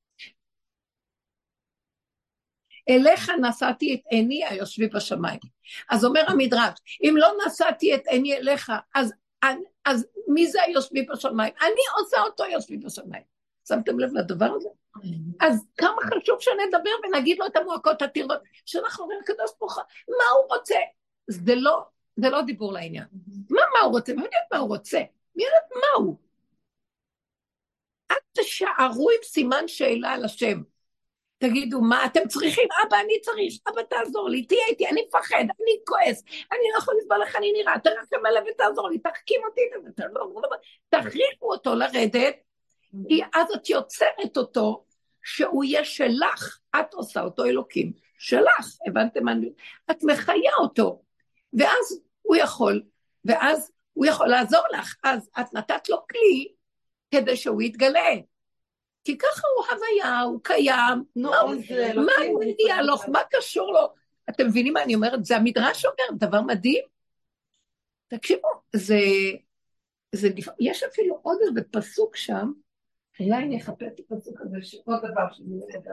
אליך נשאתי את עיני היושבי בשמיים. אז אומר המדרש, אם לא נשאתי את עיני אליך, אז, אז מי זה היושבי בשמיים? אני עושה אותו יושבי בשמיים. שמתם לב לדבר הזה? אז כמה חשוב שנדבר ונגיד לו את המועקות הטרדות, שאנחנו אומרים הקדוש ברוך הוא, מה הוא רוצה? זה לא, זה לא דיבור לעניין. מה, מה הוא רוצה? מי יודעת מה הוא רוצה? מי יודעת מה הוא? אל תשארו עם סימן שאלה על השם. תגידו, מה אתם צריכים? אבא, אני צריך, אבא, תעזור לי, תהיה איתי, אני מפחד, אני כועס, אני לא יכול לסבול איך אני נראה, תרחם עליו ותעזור לי, תחכים אותי, תכריחו אותו לרדת, כי אז את יוצרת אותו, שהוא יהיה שלך, את עושה אותו אלוקים, שלך, הבנתם מה? את מחיה אותו, ואז הוא יכול, ואז הוא יכול לעזור לך, אז את נתת לו כלי, כדי שהוא יתגלה, כי ככה הוא הוויה, הוא קיים, נו, מה הוא דיאלוג, מה קשור לו? אתם מבינים מה אני אומרת? זה המדרש אומר, דבר מדהים. תקשיבו, זה, זה, יש אפילו עוד איזה פסוק שם, אולי אני אחפש את הפסוק הזה, עוד דבר שאני לא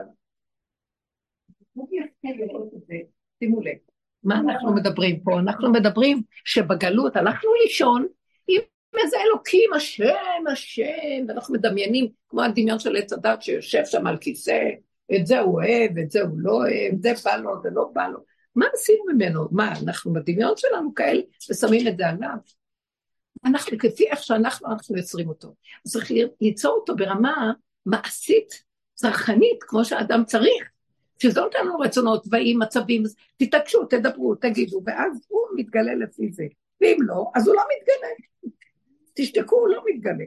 יודעת. שימו לב, מה אנחנו מדברים פה? אנחנו מדברים שבגלות הלכנו לישון, עם איזה אלוקים, השם, השם, ואנחנו מדמיינים, כמו הדמיון של עץ הדת שיושב שם על כיסא, את זה הוא אוהב, את זה הוא לא אוהב, זה בא לו, זה לא בא לו. מה עשינו ממנו? מה, אנחנו בדמיון שלנו כאלה, ושמים את זה עליו. אנחנו, כפי איך שאנחנו, אנחנו יוצרים אותו. אז צריך ליצור אותו ברמה מעשית, צרכנית, כמו שהאדם צריך, שזאת לנו רצונות, ואם מצבים, תתעקשו, תדברו, תגידו, ואז הוא מתגלה לפי זה. ואם לא, אז הוא לא מתגלה. תשתקו, הוא לא מתגלה.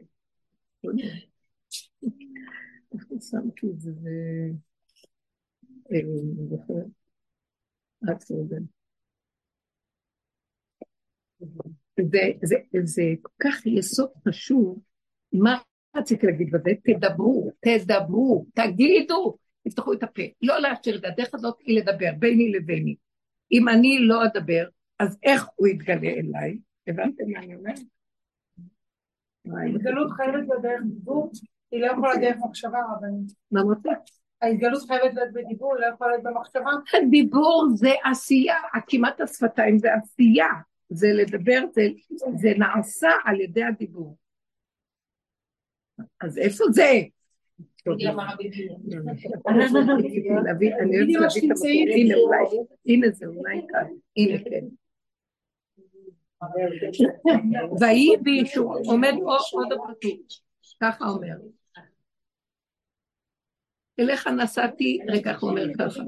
איך שמתי את זה? זה כל כך יסוד חשוב. מה רציתי להגיד בזה? תדברו, תדברו, תגידו, תפתחו את הפה. לא להשאיר את הדרך הזאת, היא לדבר ביני לביני. אם אני לא אדבר, אז איך הוא יתגלה אליי? הבנתם מה אני אומרת? ההתגלות חייבת בדרך דיבור, היא לא יכולה דרך מחשבה רבנית. מה מוצא? ההתגלות חייבת להיות בדיבור, היא לא יכולה להיות במחשבה. הדיבור זה עשייה, כמעט השפתיים זה עשייה, זה לדבר, זה, זה נעשה על ידי הדיבור. אז איפה זה? אני אוהבת להביא את המקום, הנה אולי, הנה זה אולי כאן, הנה כן. והיא בישור, עומד עוד הפרטות, ככה אומר. אליך נסעתי, רגע, הוא אומר ככה.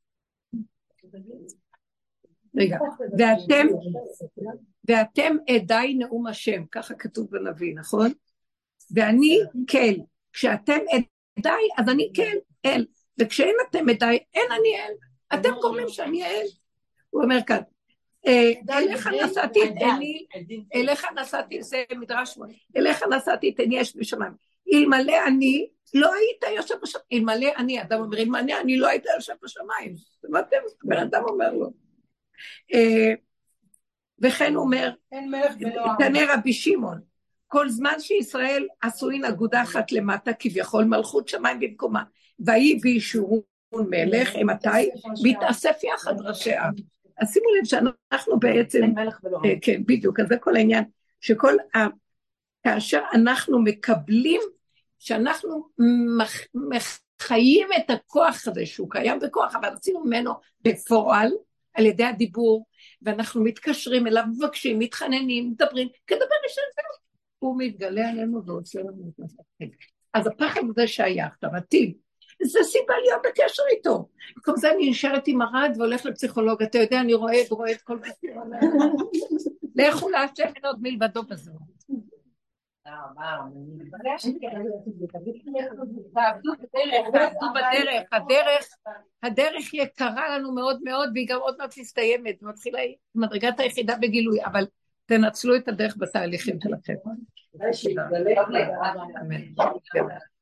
רגע, ואתם, ואתם עדיי נאום השם, ככה כתוב בנביא, נכון? ואני כל, כשאתם עדיי, אז אני כל, אל, וכשאין אתם עדיי, אין אני אל, אתם קוראים שאני אל. הוא אומר כאן, אליך נסעתי את עיני, אליך נסעתי, זה מדרש מונה, אליך נסעתי את עיני יש בשמיים, אלמלא אני, לא היית יושב בשמיים, אלמלא אני, אדם אומר, אלמלא אני לא היית יושב בשמיים, שמעתם? בן אדם אומר לו, וכן הוא אומר, תנה רבי שמעון, כל זמן שישראל עשוין אגודה אחת למטה, כביכול מלכות שמיים במקומה, והיא בישורון מלך, אמתי, בהתאסף יחד ראשי עם. אז שימו לב שאנחנו בעצם, כן, בדיוק, אז זה כל העניין, שכל, כאשר אנחנו מקבלים, שאנחנו מחיים את הכוח הזה, שהוא קיים בכוח, אבל עשינו ממנו בפועל, על ידי הדיבור, ואנחנו מתקשרים אליו, מבקשים, מתחננים, מדברים, כדבר ראשון, הוא מתגלה עלינו ועושה לנו את זה. אז הפחד הזה שהיה עכשיו, עתיד, זה סיבה להיות בקשר איתו. במקום זה אני נשארת עם הרד והולך לפסיכולוג, אתה יודע, אני רואה, רואה את כל זה. לכו להשם אין עוד מלבדו בזו. תעבדו בדרך, הדרך, הדרך יקרה לנו מאוד מאוד, והיא גם עוד מעט מסתיימת, מתחילה מדרגת היחידה בגילוי, אבל תנצלו את הדרך בתהליכים שלכם. אמן.